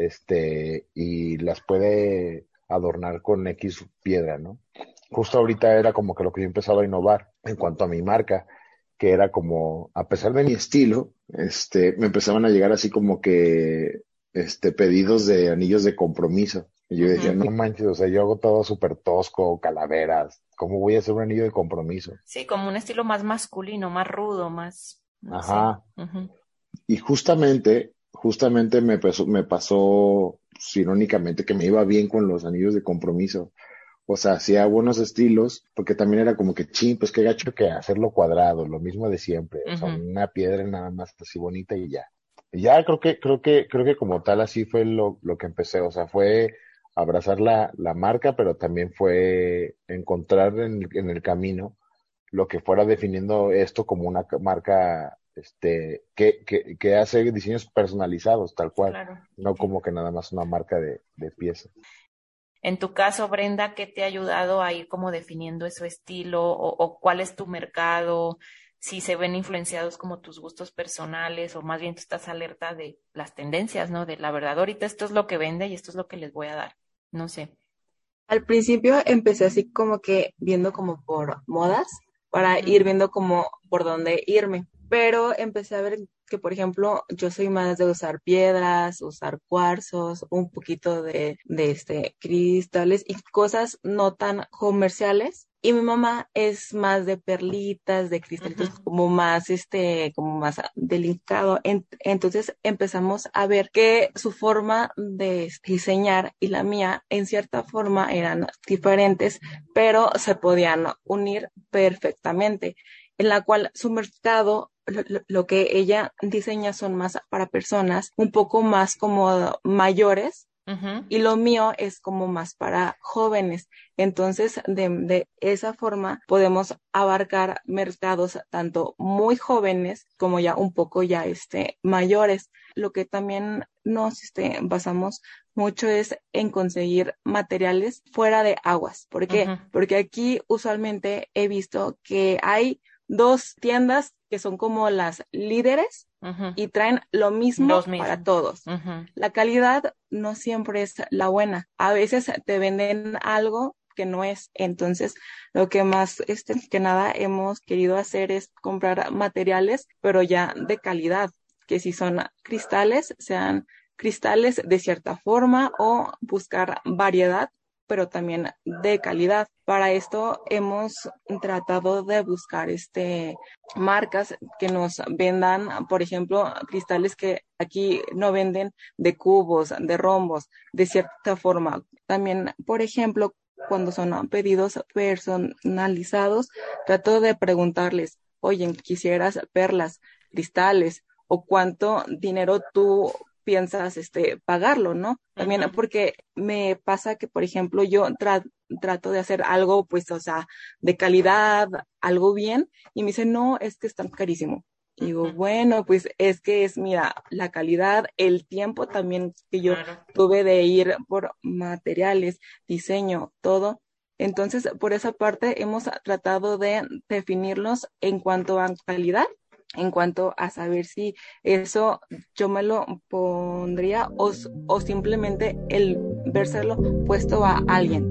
este, y las puede adornar con X piedra, ¿no? Justo ahorita era como que lo que yo empezaba a innovar en cuanto a mi marca, que era como, a pesar de mi estilo, este, me empezaban a llegar así como que, este, pedidos de anillos de compromiso. Y yo decía, Ujú. no manches, o sea, yo hago todo súper tosco, calaveras, ¿cómo voy a hacer un anillo de compromiso? Sí, como un estilo más masculino, más rudo, más, no sé. Ajá. Ujú. Y justamente, justamente me pasó, me pasó, pues, irónicamente, que me iba bien con los anillos de compromiso. O sea, hacía buenos estilos, porque también era como que, ching, pues qué gacho que hacerlo cuadrado, lo mismo de siempre. O sea, Ujú. una piedra nada más así bonita y ya. Y ya creo que, creo que, creo que como tal así fue lo, lo que empecé. O sea, fue abrazar la, la marca, pero también fue encontrar en, en el camino lo que fuera definiendo esto como una ca- marca, este, que, que, que hace diseños personalizados, tal cual, Claro. no Sí. como que nada más una marca de, de piezas. En tu caso, Brenda, ¿qué te ha ayudado a ir como definiendo ese estilo o, o cuál es tu mercado? Si se ven influenciados como tus gustos personales o más bien tú estás alerta de las tendencias, ¿no? De la verdad, ahorita esto es lo que vende y esto es lo que les voy a dar. No sé. Al principio empecé así como que viendo como por modas para Ujú. ir viendo como por dónde irme, pero empecé a ver que, por ejemplo, yo soy más de usar piedras, usar cuarzos, un poquito de, de este, cristales y cosas no tan comerciales. Y mi mamá es más de perlitas, de cristalitos, Ujú. como más, este, como más delicado. En- entonces empezamos a ver que su forma de diseñar y la mía, en cierta forma, eran diferentes, pero se podían unir perfectamente, en la cual su mercado, lo, lo- lo que ella diseña son más para personas un poco más como mayores Ujú. y lo mío es como más para jóvenes. Entonces, de, de esa forma podemos abarcar mercados tanto muy jóvenes como ya un poco ya este, mayores. Lo que también nos este, basamos mucho es en conseguir materiales fuera de aguas. ¿Por qué? Ujú. Porque aquí usualmente he visto que hay dos tiendas que son como las líderes Ujú. y traen lo mismo Los para mismos. todos. Ujú. La calidad no siempre es la buena. A veces te venden algo que no es. Entonces, lo que más este, que nada hemos querido hacer es comprar materiales, pero ya de calidad, que si son cristales, sean cristales de cierta forma o buscar variedad, pero también de calidad. Para esto hemos tratado de buscar este marcas que nos vendan, por ejemplo, cristales que aquí no venden de cubos, de rombos, de cierta forma. También, por ejemplo, cuando son pedidos personalizados, trato de preguntarles, oye, ¿quisieras perlas, cristales o cuánto dinero tú piensas este pagarlo, ¿no? También Ujú. porque me pasa que, por ejemplo, yo tra trato de hacer algo, pues, o sea, de calidad, algo bien, y me dice, no, es que está carísimo. Y digo, Ujú. bueno, pues es que es, mira, la calidad, el tiempo también que yo Claro. tuve de ir por materiales, diseño, todo. Entonces, por esa parte, hemos tratado de definirlos en cuanto a calidad, en cuanto a saber si eso yo me lo pondría o, o simplemente el vérselo puesto a alguien.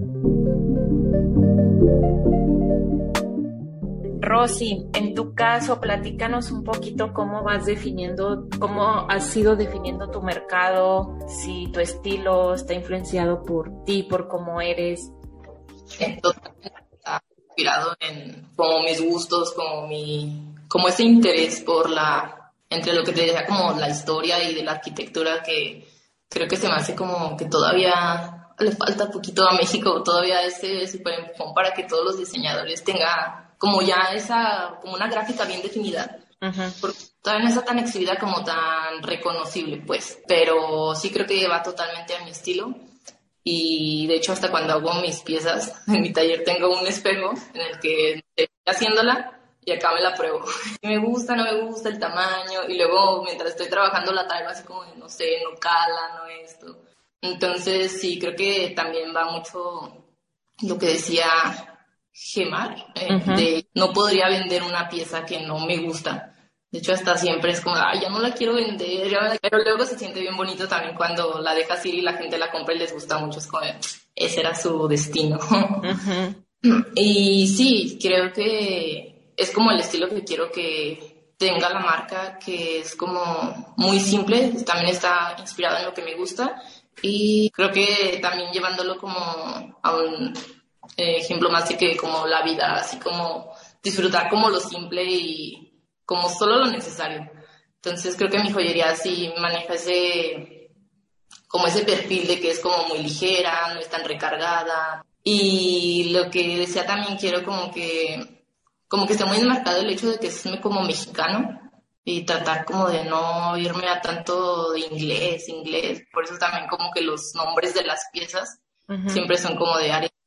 Rosy, en tu caso, platícanos un poquito cómo vas definiendo, cómo has ido definiendo tu mercado, si tu estilo está influenciado por ti, por cómo eres. Entonces, está inspirado en como mis gustos, como mi, como ese interés por la, entre lo que te decía como la historia y de la arquitectura, que creo que se me hace como que todavía le falta poquito a México, todavía ese super empujón para que todos los diseñadores tengan como ya esa, como una gráfica bien definida. Uh-huh. Porque todavía no está tan exhibida como tan reconocible, pues, pero sí creo que va totalmente a mi estilo. Y de hecho hasta cuando hago mis piezas, en mi taller tengo un espejo en el que estoy haciéndola y acá me la pruebo. Me gusta, no me gusta el tamaño, y luego mientras estoy trabajando la traigo así como, no sé, no cala, no esto. Entonces sí, creo que también va mucho lo que decía Gemar, eh, uh-huh. de no podría vender una pieza que no me gusta. De hecho, hasta siempre es como, ay, ya no la quiero vender, ya la... pero luego se siente bien bonito también cuando la dejas ir y la gente la compra y les gusta mucho, es como, ese era su destino. Uh-huh. Y sí, creo que es como el estilo que quiero que tenga la marca, que es como muy simple, también está inspirado en lo que me gusta, y creo que también llevándolo como a un eh, ejemplo más de que como la vida, así como disfrutar como lo simple y como solo lo necesario. Entonces creo que mi joyería sí maneja ese, como ese perfil de que es como muy ligera, no es tan recargada. Y lo que decía también, quiero como que, como que esté muy enmarcado el hecho de que es como mexicano y tratar como de no irme a tanto de inglés, inglés. Por eso también como que los nombres de las piezas uh-huh. siempre son como de áreas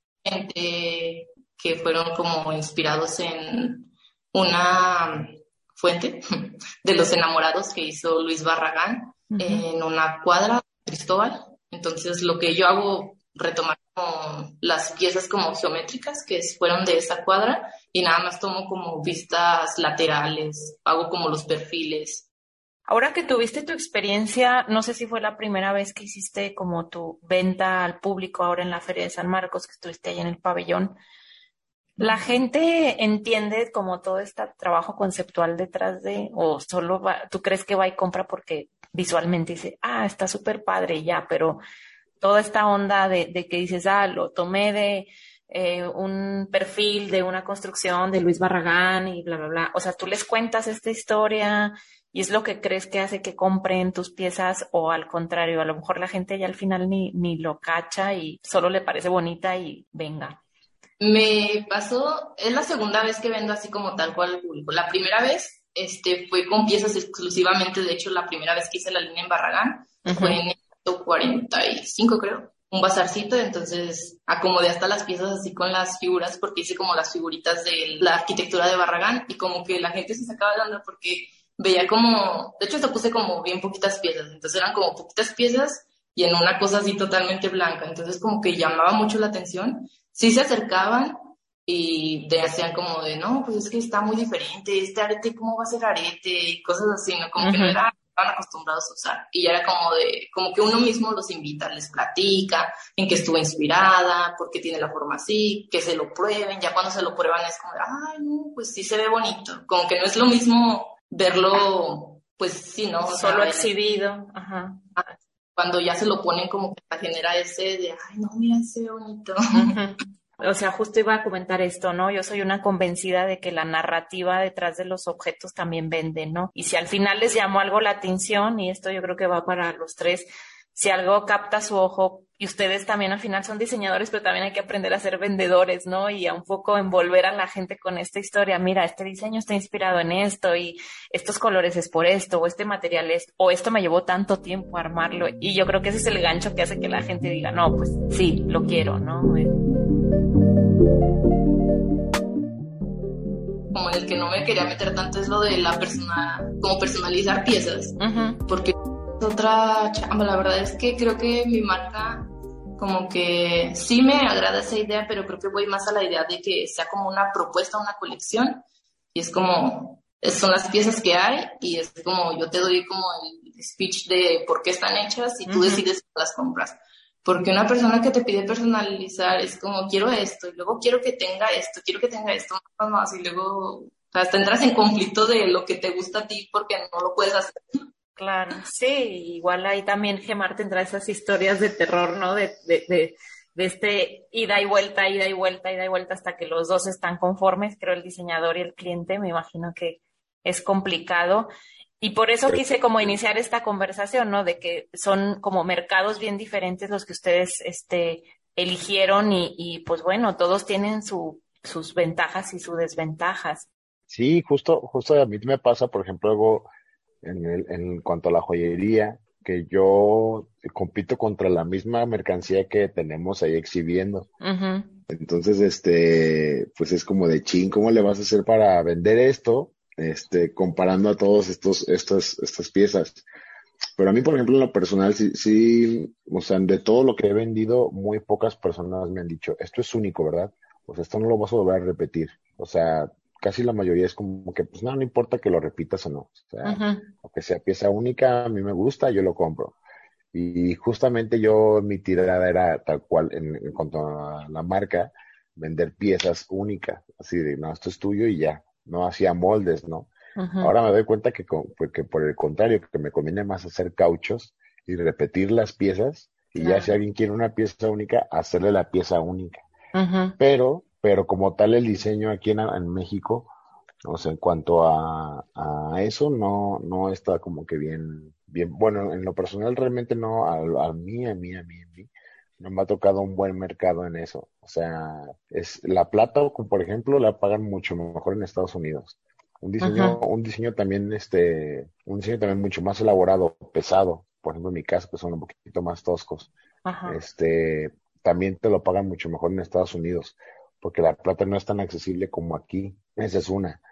que fueron como inspirados en una fuente de Los Enamorados que hizo Luis Barragán uh-huh. en una cuadra de Cristóbal. Entonces lo que yo hago, retomar como las piezas como geométricas que fueron de esa cuadra y nada más tomo como vistas laterales, hago como los perfiles. Ahora que tuviste tu experiencia, no sé si fue la primera vez que hiciste como tu venta al público ahora en la Feria de San Marcos, que estuviste ahí en el pabellón. ¿La gente entiende como todo este trabajo conceptual detrás de, o solo va, tú crees que va y compra porque visualmente dice, ah, está súper padre y ya, pero toda esta onda de, de que dices, ah, lo tomé de eh, un perfil de una construcción de Luis Barragán y bla, bla, bla. O sea, tú les cuentas esta historia y es lo que crees que hace que compren tus piezas, o al contrario, a lo mejor la gente ya al final ni, ni lo cacha y solo le parece bonita y venga. Me pasó, es la segunda vez que vendo así como tal cual al público. La primera vez este, fue con piezas exclusivamente, de hecho la primera vez que hice la línea en Barragán uh-huh. fue en el cuarenta y cinco creo, un bazarcito, entonces acomodé hasta las piezas así con las figuras porque hice como las figuritas de la arquitectura de Barragán y como que la gente se sacaba de onda porque veía como, de hecho hasta puse como bien poquitas piezas, entonces eran como poquitas piezas y en una cosa así totalmente blanca, entonces como que llamaba mucho la atención. Sí se acercaban y te hacían como de, no, pues es que está muy diferente, este arete, ¿cómo va a ser arete? Y cosas así, ¿no? Como uh-huh. que no eran, estaban acostumbrados a usar. Y ya era como de, como que uno mismo los invita, les platica en qué estuvo inspirada, por qué tiene la forma así, que se lo prueben. Ya cuando se lo prueban es como de, ay, no, pues sí se ve bonito. Como que no es lo mismo verlo, pues sí, ¿no? O Solo sea, exhibido. Ajá. Cuando ya se lo ponen como que genera ese de, ay, no, mira, se ve bonito. Uh-huh. O sea, justo iba a comentar esto, ¿no? Yo soy una convencida de que la narrativa detrás de los objetos también vende, ¿no? Y si al final les llamó algo la atención, y esto yo creo que va para los tres, si algo capta su ojo, y ustedes también al final son diseñadores, pero también hay que aprender a ser vendedores, ¿no? Y a un poco envolver a la gente con esta historia. Mira, este diseño está inspirado en esto, y estos colores es por esto, o este material es, o esto me llevó tanto tiempo armarlo. Y yo creo que ese es el gancho que hace que la gente diga, no, pues sí, lo quiero, ¿no? Como el que no me quería meter tanto es lo de la persona, como personalizar piezas, uh-huh. porque otra chamba, la verdad es que creo que mi marca como que sí me agrada esa idea, pero creo que voy más a la idea de que sea como una propuesta, una colección, y es como, son las piezas que hay, y es como, yo te doy como el speech de por qué están hechas, y tú uh-huh. decides si las compras. Porque una persona que te pide personalizar es como, quiero esto, y luego quiero que tenga esto, quiero que tenga esto, más, más, y luego hasta entras en conflicto de lo que te gusta a ti porque no lo puedes hacer. Claro, sí, igual ahí también Gemar tendrá esas historias de terror, ¿no? De, de, de, de este ida y vuelta, ida y vuelta, ida y vuelta hasta que los dos están conformes, creo el diseñador y el cliente, me imagino que es complicado. Y por eso quise como iniciar esta conversación, ¿no? De que son como mercados bien diferentes los que ustedes este, eligieron y, y pues bueno, todos tienen su, sus ventajas y sus desventajas. Sí, justo, justo a mí me pasa, por ejemplo, algo en, el, en cuanto a la joyería, que yo compito contra la misma mercancía que tenemos ahí exhibiendo. Uh-huh. Entonces, este, pues es como de chin, ¿cómo le vas a hacer para vender esto? Este, comparando a todos estos, estas, estas piezas. Pero a mí, por ejemplo, en lo personal, sí, sí, o sea, de todo lo que he vendido, muy pocas personas me han dicho, esto es único, ¿verdad? O sea, esto no lo vas a volver a repetir. O sea, casi la mayoría es como que, pues no, no importa que lo repitas o no. O sea, Uh-huh. aunque sea pieza única, a mí me gusta, yo lo compro. Y justamente yo, mi tirada era tal cual, en, en cuanto a la marca, vender piezas únicas. Así de, no, esto es tuyo y ya. No hacía moldes, ¿no? Uh-huh. Ahora me doy cuenta que, con- pues, que por el contrario, que me conviene más hacer cauchos y repetir las piezas. Y ya Claro. si alguien quiere una pieza única, hacerle la pieza única. Uh-huh. Pero, pero como tal el diseño aquí en, en México, o sea, en cuanto a, a eso, no, no está como que bien, bien, bueno, en lo personal realmente no, a, a mí, a mí, a mí, a mí, no me ha tocado un buen mercado en eso. O sea, es la plata, como por ejemplo, la pagan mucho mejor en Estados Unidos. Un diseño, Uh-huh. un diseño también, este, un diseño también mucho más elaborado, pesado. Por ejemplo, en mi caso, que son un poquito más toscos. Ajá. Este, también te lo pagan mucho mejor en Estados Unidos, porque la plata no es tan accesible como aquí. Esa es una.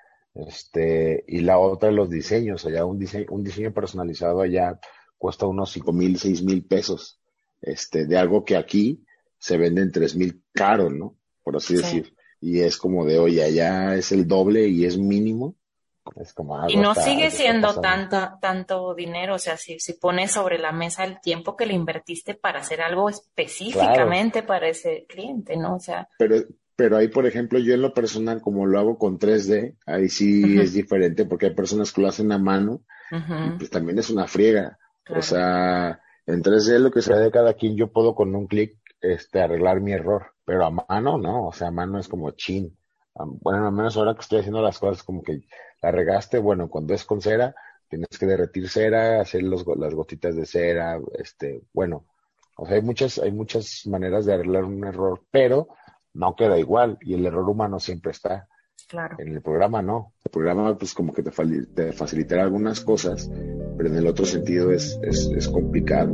Este, y la otra, los diseños. Allá un diseño, un diseño personalizado allá cuesta unos cinco mil, seis mil pesos. Este, de algo que aquí se vende en tres mil caro, ¿no? Por así Sí. decir. Y es como de, oye, allá es el doble y es mínimo. Es como Y algo no está, sigue algo está siendo pasando. tanta, tanto dinero, o sea, si, si pones sobre la mesa el tiempo que le invertiste para hacer algo Claro, específicamente para ese cliente, ¿no? O sea, pero, pero ahí, por ejemplo, yo en lo personal, como lo hago con tres D, ahí sí ujú, es diferente porque hay personas que lo hacen a mano y ujú, pues también es una friega. O claro, sea, en tres D lo que sea de cada quien, yo puedo con un clic este, arreglar mi error, pero a mano no, o sea, a mano es como chin. Am- Bueno, al menos ahora que estoy haciendo las cosas como que la regaste, bueno, cuando es con cera, tienes que derretir cera, hacer los, go- las gotitas de cera, este, bueno, o sea, hay muchas, hay muchas maneras de arreglar un error, pero no queda igual y el error humano siempre está. claro. En el programa no. El programa pues como que te, fali- te facilitará algunas cosas, pero en el otro sentido es, es, es complicado.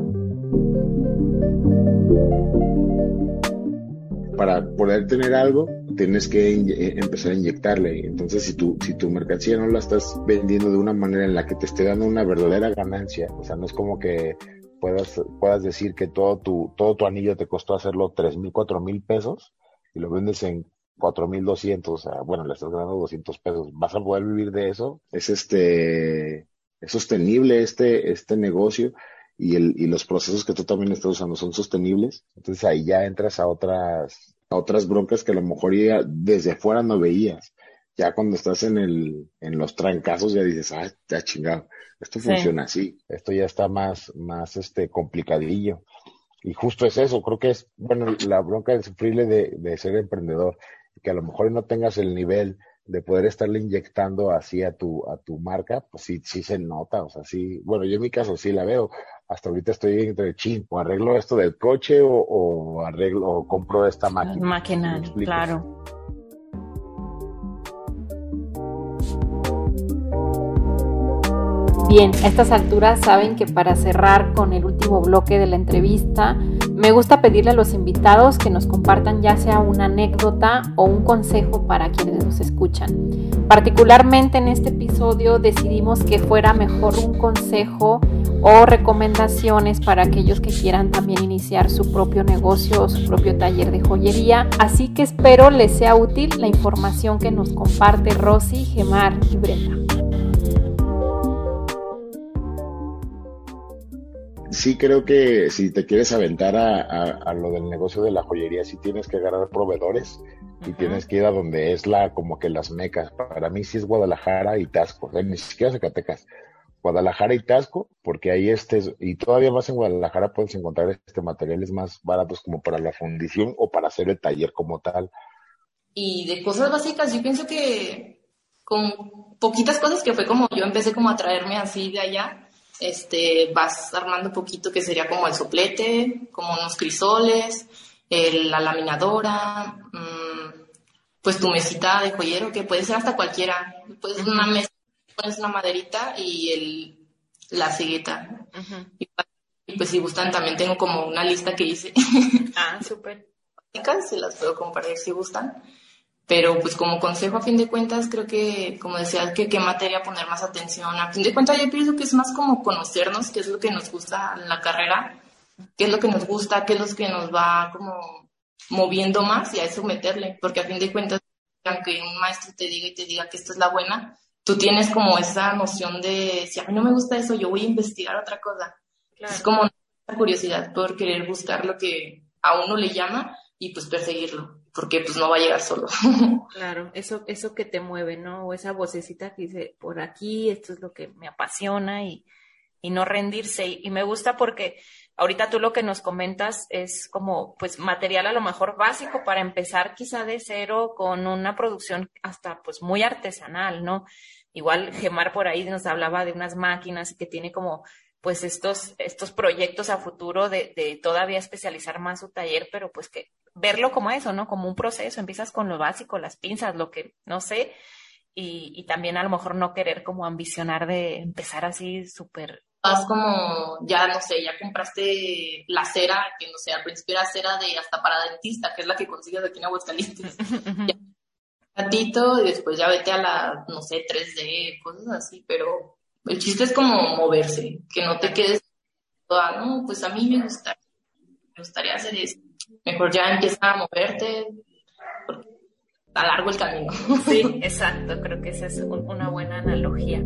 Para poder tener algo, tienes que inye- eh, empezar a inyectarle. Entonces, si tu, si tu mercancía no la estás vendiendo de una manera en la que te esté dando una verdadera ganancia, o sea, no es como que puedas, puedas decir que todo tu, todo tu anillo te costó hacerlo tres mil, cuatro mil pesos y lo vendes en cuatro mil doscientos, o sea, bueno, le estás ganando doscientos pesos. ¿Vas a poder vivir de eso? Es este, es sostenible este, este negocio y, el, y los procesos que tú también estás usando son sostenibles. Entonces ahí ya entras a otras, a otras broncas que a lo mejor ya desde afuera no veías. Ya cuando estás en el, en los trancazos ya dices, ah, ya chingado, esto Sí, funciona así, esto ya está más, más este complicadillo. Y justo es eso, creo que es, bueno, la bronca de sufrirle de, de ser emprendedor, que a lo mejor no tengas el nivel de poder estarle inyectando así a tu, a tu marca, pues sí, sí se nota, o sea, sí, bueno, yo en mi caso sí la veo, hasta ahorita estoy entre chin, o arreglo esto del coche o, o arreglo, o compro esta el máquina, ¿sí me maquinario, explico? claro. Bien, a estas alturas saben que para cerrar con el último bloque de la entrevista, me gusta pedirle a los invitados que nos compartan ya sea una anécdota o un consejo para quienes nos escuchan. Particularmente en este episodio decidimos que fuera mejor un consejo o recomendaciones para aquellos que quieran también iniciar su propio negocio o su propio taller de joyería. Así que espero les sea útil la información que nos comparte Rosy, Gemar y Brenda. Sí creo que si te quieres aventar a, a, a lo del negocio de la joyería, sí tienes que agarrar proveedores y Ujú, tienes que ir a donde es la, como que las mecas. Para mí sí es Guadalajara y Tasco, o sea, ni siquiera Zacatecas. Guadalajara y Tasco, porque ahí este, y todavía más en Guadalajara puedes encontrar este materiales más baratos como para la fundición o para hacer el taller como tal. Y de cosas básicas, yo pienso que con poquitas cosas que fue como yo empecé como a traerme así de allá, este, vas armando poquito que sería como el soplete, como unos crisoles, el- la laminadora, mmm, pues tu mesita de joyero, que puede ser hasta cualquiera, puedes Ujú, una mesa, pones una maderita y el, la cegueta. ujú. Y, y pues si gustan también tengo como una lista que hice, Ah, súper. se las puedo compartir si gustan. Pero pues como consejo a fin de cuentas creo que, como decía, que qué materia poner más atención. A fin de cuentas yo pienso que es más como conocernos, qué es lo que nos gusta en la carrera, qué es lo que nos gusta, qué es lo que nos va como moviendo más y a eso meterle. Porque a fin de cuentas, aunque un maestro te diga y te diga que esta es la buena, tú tienes como esa noción de, si a mí no me gusta eso, yo voy a investigar otra cosa. Es Claro. como una curiosidad por querer buscar lo que a uno le llama y pues perseguirlo, porque pues no va a llegar solo. Claro, eso, eso que te mueve, ¿no? O esa vocecita que dice, por aquí, esto es lo que me apasiona y, y no rendirse. Y, y me gusta porque ahorita tú lo que nos comentas es como, pues, material a lo mejor básico para empezar quizá de cero con una producción hasta, pues, muy artesanal, ¿no? Igual Gemar por ahí nos hablaba de unas máquinas y que tiene como, pues, estos, estos proyectos a futuro de, de todavía especializar más su taller, pero pues que verlo como eso, ¿no? Como un proceso, empiezas con lo básico, las pinzas, lo que no sé, y, y también a lo mejor no querer como ambicionar de empezar así súper. Vas como, ya no sé, ya compraste la cera, que no sé, al principio era cera de hasta para dentista, que es la que consigues aquí en Aguascalientes. Ya un ratito y después ya vete a la, no sé, tres D, cosas así, pero el chiste es como moverse, que no te quedes toda, no, pues a mí me gusta, me gustaría hacer eso. Mejor ya empieza a moverte, porque está largo el camino. Sí, exacto, creo que esa es un- una buena analogía.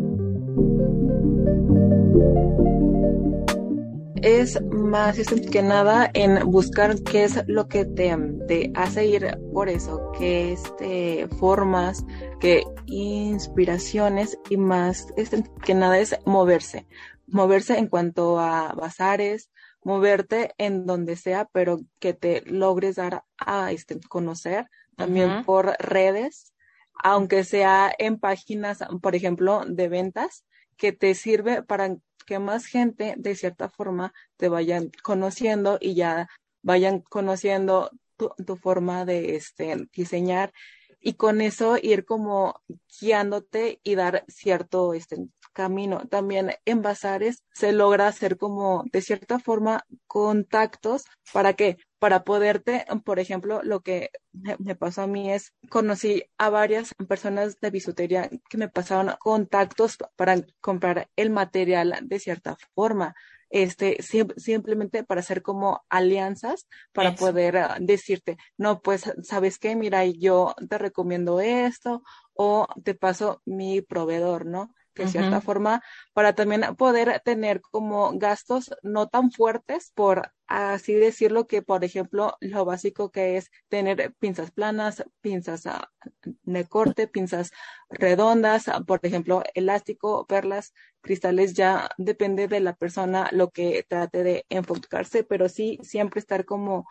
Es más es que nada en buscar qué es lo que te, te hace ir por eso, qué este, formas, qué inspiraciones y más es que nada es moverse, moverse en cuanto a bazares, moverte en donde sea, pero que te logres dar a este, conocer también Ujú. por redes, aunque sea en páginas, por ejemplo, de ventas, que te sirve para que más gente de cierta forma te vayan conociendo y ya vayan conociendo tu, tu forma de este, diseñar y con eso ir como guiándote y dar cierto este, camino. También en bazares se logra hacer como de cierta forma contactos para que para poderte, por ejemplo, lo que me, me pasó a mí es, conocí a varias personas de bisutería que me pasaron contactos para comprar el material de cierta forma, este, sim- simplemente para hacer como alianzas, para Eso. poder uh, decirte, no, pues, ¿sabes qué? Mira, yo te recomiendo esto o te paso mi proveedor, ¿no? De cierta Ujú. forma, para también poder tener como gastos no tan fuertes, por así decirlo, que por ejemplo, lo básico que es tener pinzas planas, pinzas uh, de corte, pinzas redondas, uh, por ejemplo, elástico, perlas, cristales, ya depende de la persona lo que trate de enfocarse, pero sí siempre estar como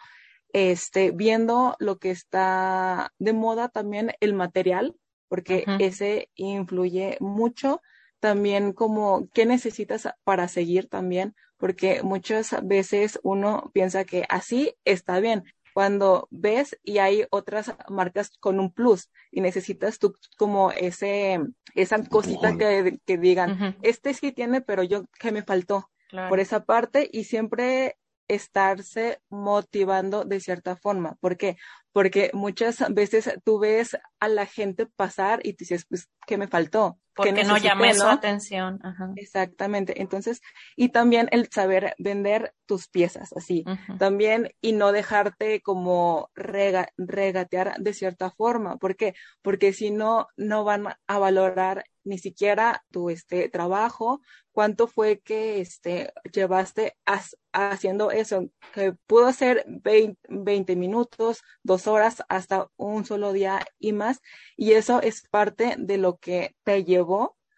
este, viendo lo que está de moda también el material, porque Ujú. ese influye mucho. También como qué necesitas para seguir también, porque muchas veces uno piensa que así está bien. Cuando ves y hay otras marcas con un plus y necesitas tú como ese, esa cosita Empujón. que, que digan, Ujú. este sí tiene, pero yo, ¿qué me faltó? Por Claro. esa parte y siempre estarse motivando de cierta forma. ¿Por qué? Porque muchas veces tú ves a la gente pasar y tú dices, pues, ¿qué me faltó? ¿Qué Porque no necesité, llamé su no? atención. Ajá. Exactamente. Entonces, y también el saber vender tus piezas así, Ujú. también y no dejarte como rega- regatear de cierta forma. ¿Por qué? Porque si no, no van a valorar ni siquiera tu este trabajo, cuánto fue que este llevaste as- haciendo eso, que pudo ser veinte, veinte minutos, dos horas, hasta un solo día y más, y eso es parte de lo que te llevó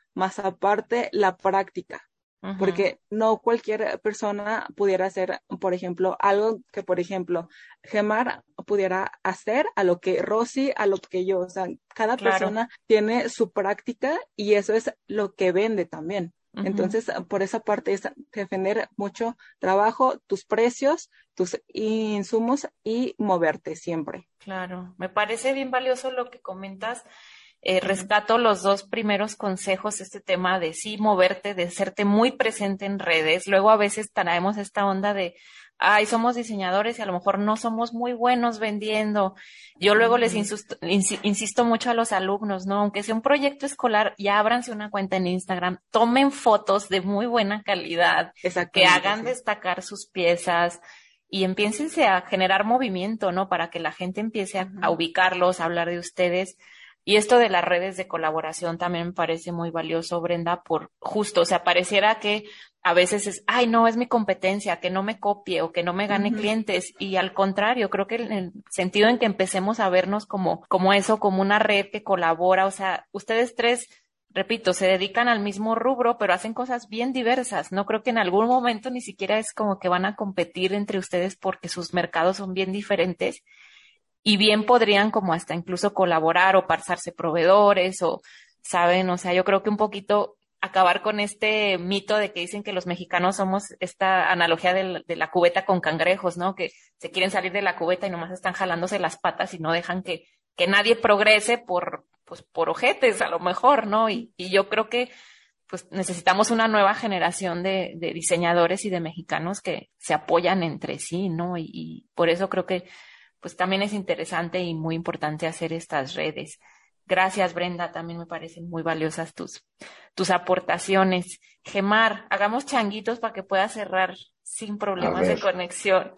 más aparte la práctica. Ujú. Porque no cualquier persona pudiera hacer, por ejemplo, algo que, por ejemplo, Gemar pudiera hacer a lo que Rosy, a lo que yo. O sea, cada Claro. persona tiene su práctica y eso es lo que vende también. Ujú. Entonces, por esa parte es defender mucho trabajo, tus precios, tus insumos y moverte siempre. Claro, me parece bien valioso lo que comentas. Eh, rescato los dos primeros consejos, este tema de sí moverte, de hacerte muy presente en redes. Luego a veces traemos esta onda de, ay, somos diseñadores y a lo mejor no somos muy buenos vendiendo. Yo luego les insisto, insi- insisto mucho a los alumnos, ¿no? Aunque sea un proyecto escolar, ya ábranse una cuenta en Instagram, tomen fotos de muy buena calidad, que Exactamente. hagan Sí. destacar sus piezas y empiénsense a generar movimiento, ¿no? Para que la gente empiece a, a Ujú. ubicarlos, a hablar de ustedes. Y esto de las redes de colaboración también me parece muy valioso, Brenda, por justo, o sea, pareciera que a veces es, ay, no, es mi competencia, que no me copie o que no me gane Ujú. clientes. Y al contrario, creo que en el sentido en que empecemos a vernos como, como eso, como una red que colabora, o sea, ustedes tres, repito, se dedican al mismo rubro, pero hacen cosas bien diversas. No creo que en algún momento ni siquiera es como que van a competir entre ustedes porque sus mercados son bien diferentes y bien podrían como hasta incluso colaborar o pasarse proveedores o, ¿saben? O sea, yo creo que un poquito acabar con este mito de que dicen que los mexicanos somos esta analogía del- de la cubeta con cangrejos, ¿no? Que se quieren salir de la cubeta y nomás están jalándose las patas y no dejan que, que nadie progrese por, pues, por ojetes, a lo mejor, ¿no? Y, y yo creo que pues necesitamos una nueva generación de, de diseñadores y de mexicanos que se apoyan entre sí, ¿no? Y, y por eso creo que pues también es interesante y muy importante hacer estas redes. Gracias, Brenda, también me parecen muy valiosas tus, tus aportaciones. Gemar, hagamos changuitos para que puedas cerrar sin A problemas de ver, conexión.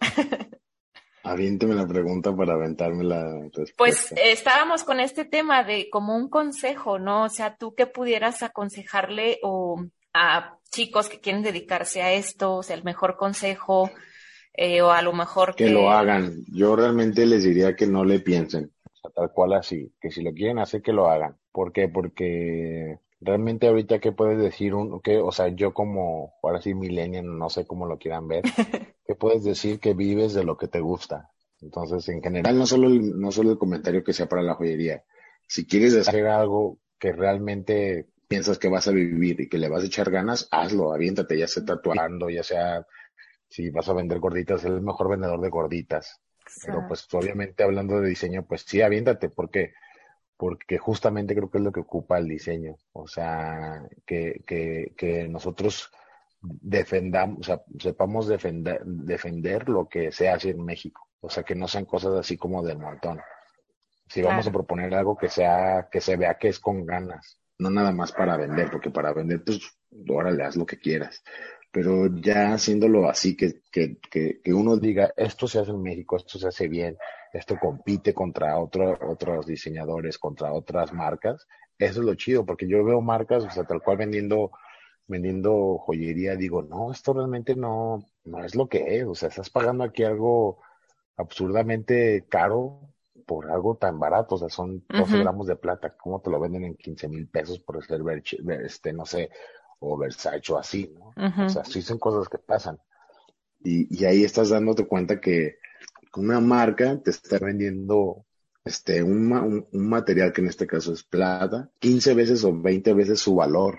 aviénteme la pregunta para aventarme la Pues respuesta. eh, estábamos con este tema de como un consejo, ¿no? O sea, tú qué pudieras aconsejarle o a chicos que quieren dedicarse a esto, o sea, el mejor consejo, eh, o a lo mejor Que lo que... hagan. Yo realmente les diría que no le piensen, o sea, tal cual así, que si lo quieren hacer, que lo hagan. ¿Por qué? Porque realmente ahorita qué puedes decir un, que, o sea, yo como, ahora sí, millennial, no sé cómo lo quieran ver, ¿qué puedes decir que vives de lo que te gusta? Entonces, en general, no solo el, no solo el comentario que sea para la joyería. Si quieres hacer algo que realmente piensas que vas a vivir y que le vas a echar ganas, hazlo, aviéntate, ya sea tatuando, ya sea si vas a vender gorditas, eres el mejor vendedor de gorditas. Pero pues obviamente hablando de diseño, pues sí, aviéntate, ¿por qué? Porque justamente creo que es lo que ocupa el diseño. O sea, que, que, que nosotros defendamos, o sea, sepamos defender, defender lo que se hace en México. O sea, que no sean cosas así como del montón. Si vamos a Claro, proponer algo que sea, que se vea que es con ganas, no nada más para vender, porque para vender, pues, órale, haz lo que quieras. Pero ya haciéndolo así, que, que, que, que uno diga, esto se hace en México, esto se hace bien, esto compite contra otro, otros diseñadores, contra otras marcas, eso es lo chido, porque yo veo marcas, o sea, tal cual vendiendo, vendiendo joyería, digo, no, esto realmente no, no es lo que es, o sea, estás pagando aquí algo absurdamente caro por algo tan barato, o sea, son doce ujú, gramos de plata, ¿cómo te lo venden en quince mil pesos por ser, Verch- este, no sé, o Versace o así, ¿no? O ujú, sea, sí son cosas que pasan. Y, y ahí estás dándote cuenta que una marca te está vendiendo este, un, ma- un, un material que en este caso es plata, quince veces o veinte veces su valor,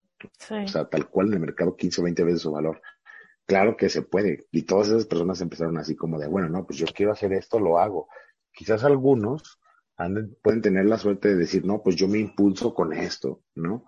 o sí, sea, tal cual en el mercado, quince o veinte veces su valor. Claro que se puede. Y todas esas personas empezaron así como de, bueno, no, pues yo quiero hacer esto, lo hago. Quizás algunos anden- pueden tener la suerte de decir, no, pues yo me impulso con esto, ¿no?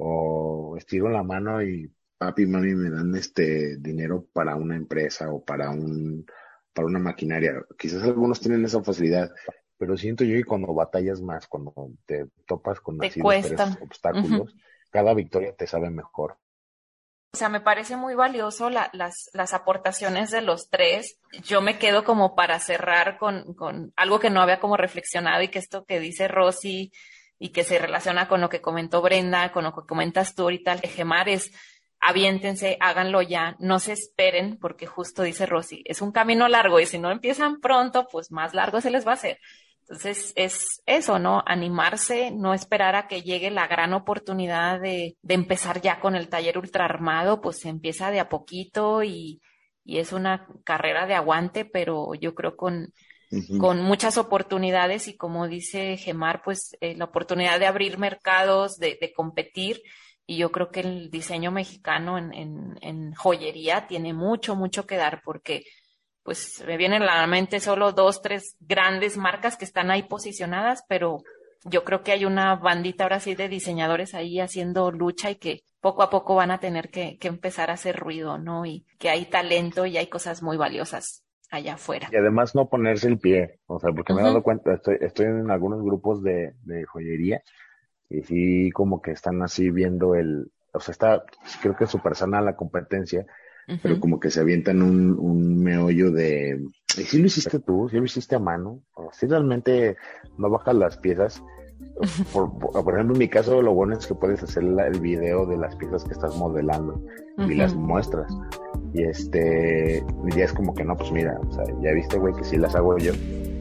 O estiro la mano y papi y mami me dan este dinero para una empresa o para un, para una maquinaria. Quizás algunos tienen esa facilidad, pero siento yo que cuando batallas más, cuando te topas con te así dos, tres cuesta. Ujú. obstáculos, cada victoria te sabe mejor. O sea, me parece muy valioso la- las, las aportaciones de los tres. Yo me quedo como para cerrar con, con algo que no había como reflexionado y que esto que dice Rosy y que se relaciona con lo que comentó Brenda, con lo que comentas tú ahorita, el Gemar es aviéntense, háganlo ya, no se esperen, porque justo dice Rosy, es un camino largo y si no empiezan pronto, pues más largo se les va a hacer. Entonces es eso, ¿no? Animarse, no esperar a que llegue la gran oportunidad de, de empezar ya con el taller ultraarmado, pues se empieza de a poquito y, y es una carrera de aguante, pero yo creo con, uh-huh. con muchas oportunidades y como dice Gemar, pues eh, la oportunidad de abrir mercados, de, de competir. Y yo creo que el diseño mexicano en, en, en joyería tiene mucho, mucho que dar porque pues me vienen a la mente solo dos, tres grandes marcas que están ahí posicionadas, pero yo creo que hay una bandita ahora sí de diseñadores ahí haciendo lucha y que poco a poco van a tener que, que empezar a hacer ruido, ¿no? Y que hay talento y hay cosas muy valiosas allá afuera. Y además no ponerse el pie, o sea, porque uh-huh. me he dado cuenta, estoy, estoy en algunos grupos de, de joyería y sí como que están así viendo el, o sea, está, creo que es súper sana la competencia, uh-huh. pero como que se avientan un, un meollo de, ¿y si lo hiciste tú? ¿Si lo hiciste a mano? ¿O si realmente no bajas las piezas? Por, por, por ejemplo, en mi caso, lo bueno es que puedes hacer la, el video de las piezas que estás modelando uh-huh. y las muestras. Y este, y ya es como que no, pues mira, o sea, ya viste, güey, que sí las hago yo.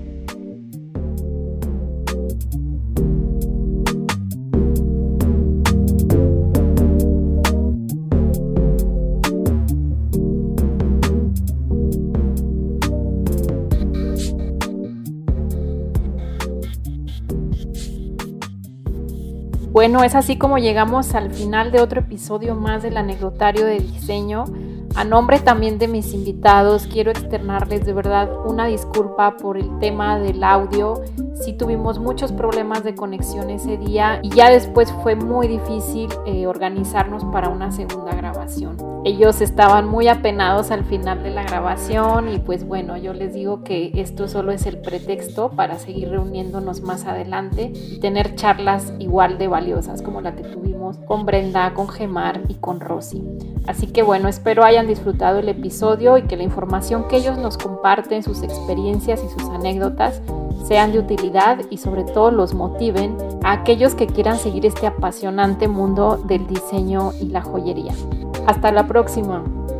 Bueno, es así como llegamos al final de otro episodio más del anecdotario de diseño. A nombre también de mis invitados, quiero externarles de verdad una disculpa por el tema del audio. Sí tuvimos muchos problemas de conexión ese día y ya después fue muy difícil eh, organizarnos para una segunda grabación. Ellos estaban muy apenados al final de la grabación y pues bueno, yo les digo que esto solo es el pretexto para seguir reuniéndonos más adelante y tener charlas igual de valiosas como la que tuvimos con Brenda, con Gemar y con Rosy. Así que bueno, espero hayan disfrutado el episodio y que la información que ellos nos comparten, sus experiencias y sus anécdotas sean de utilidad y sobre todo los motiven a aquellos que quieran seguir este apasionante mundo del diseño y la joyería. Hasta la próxima.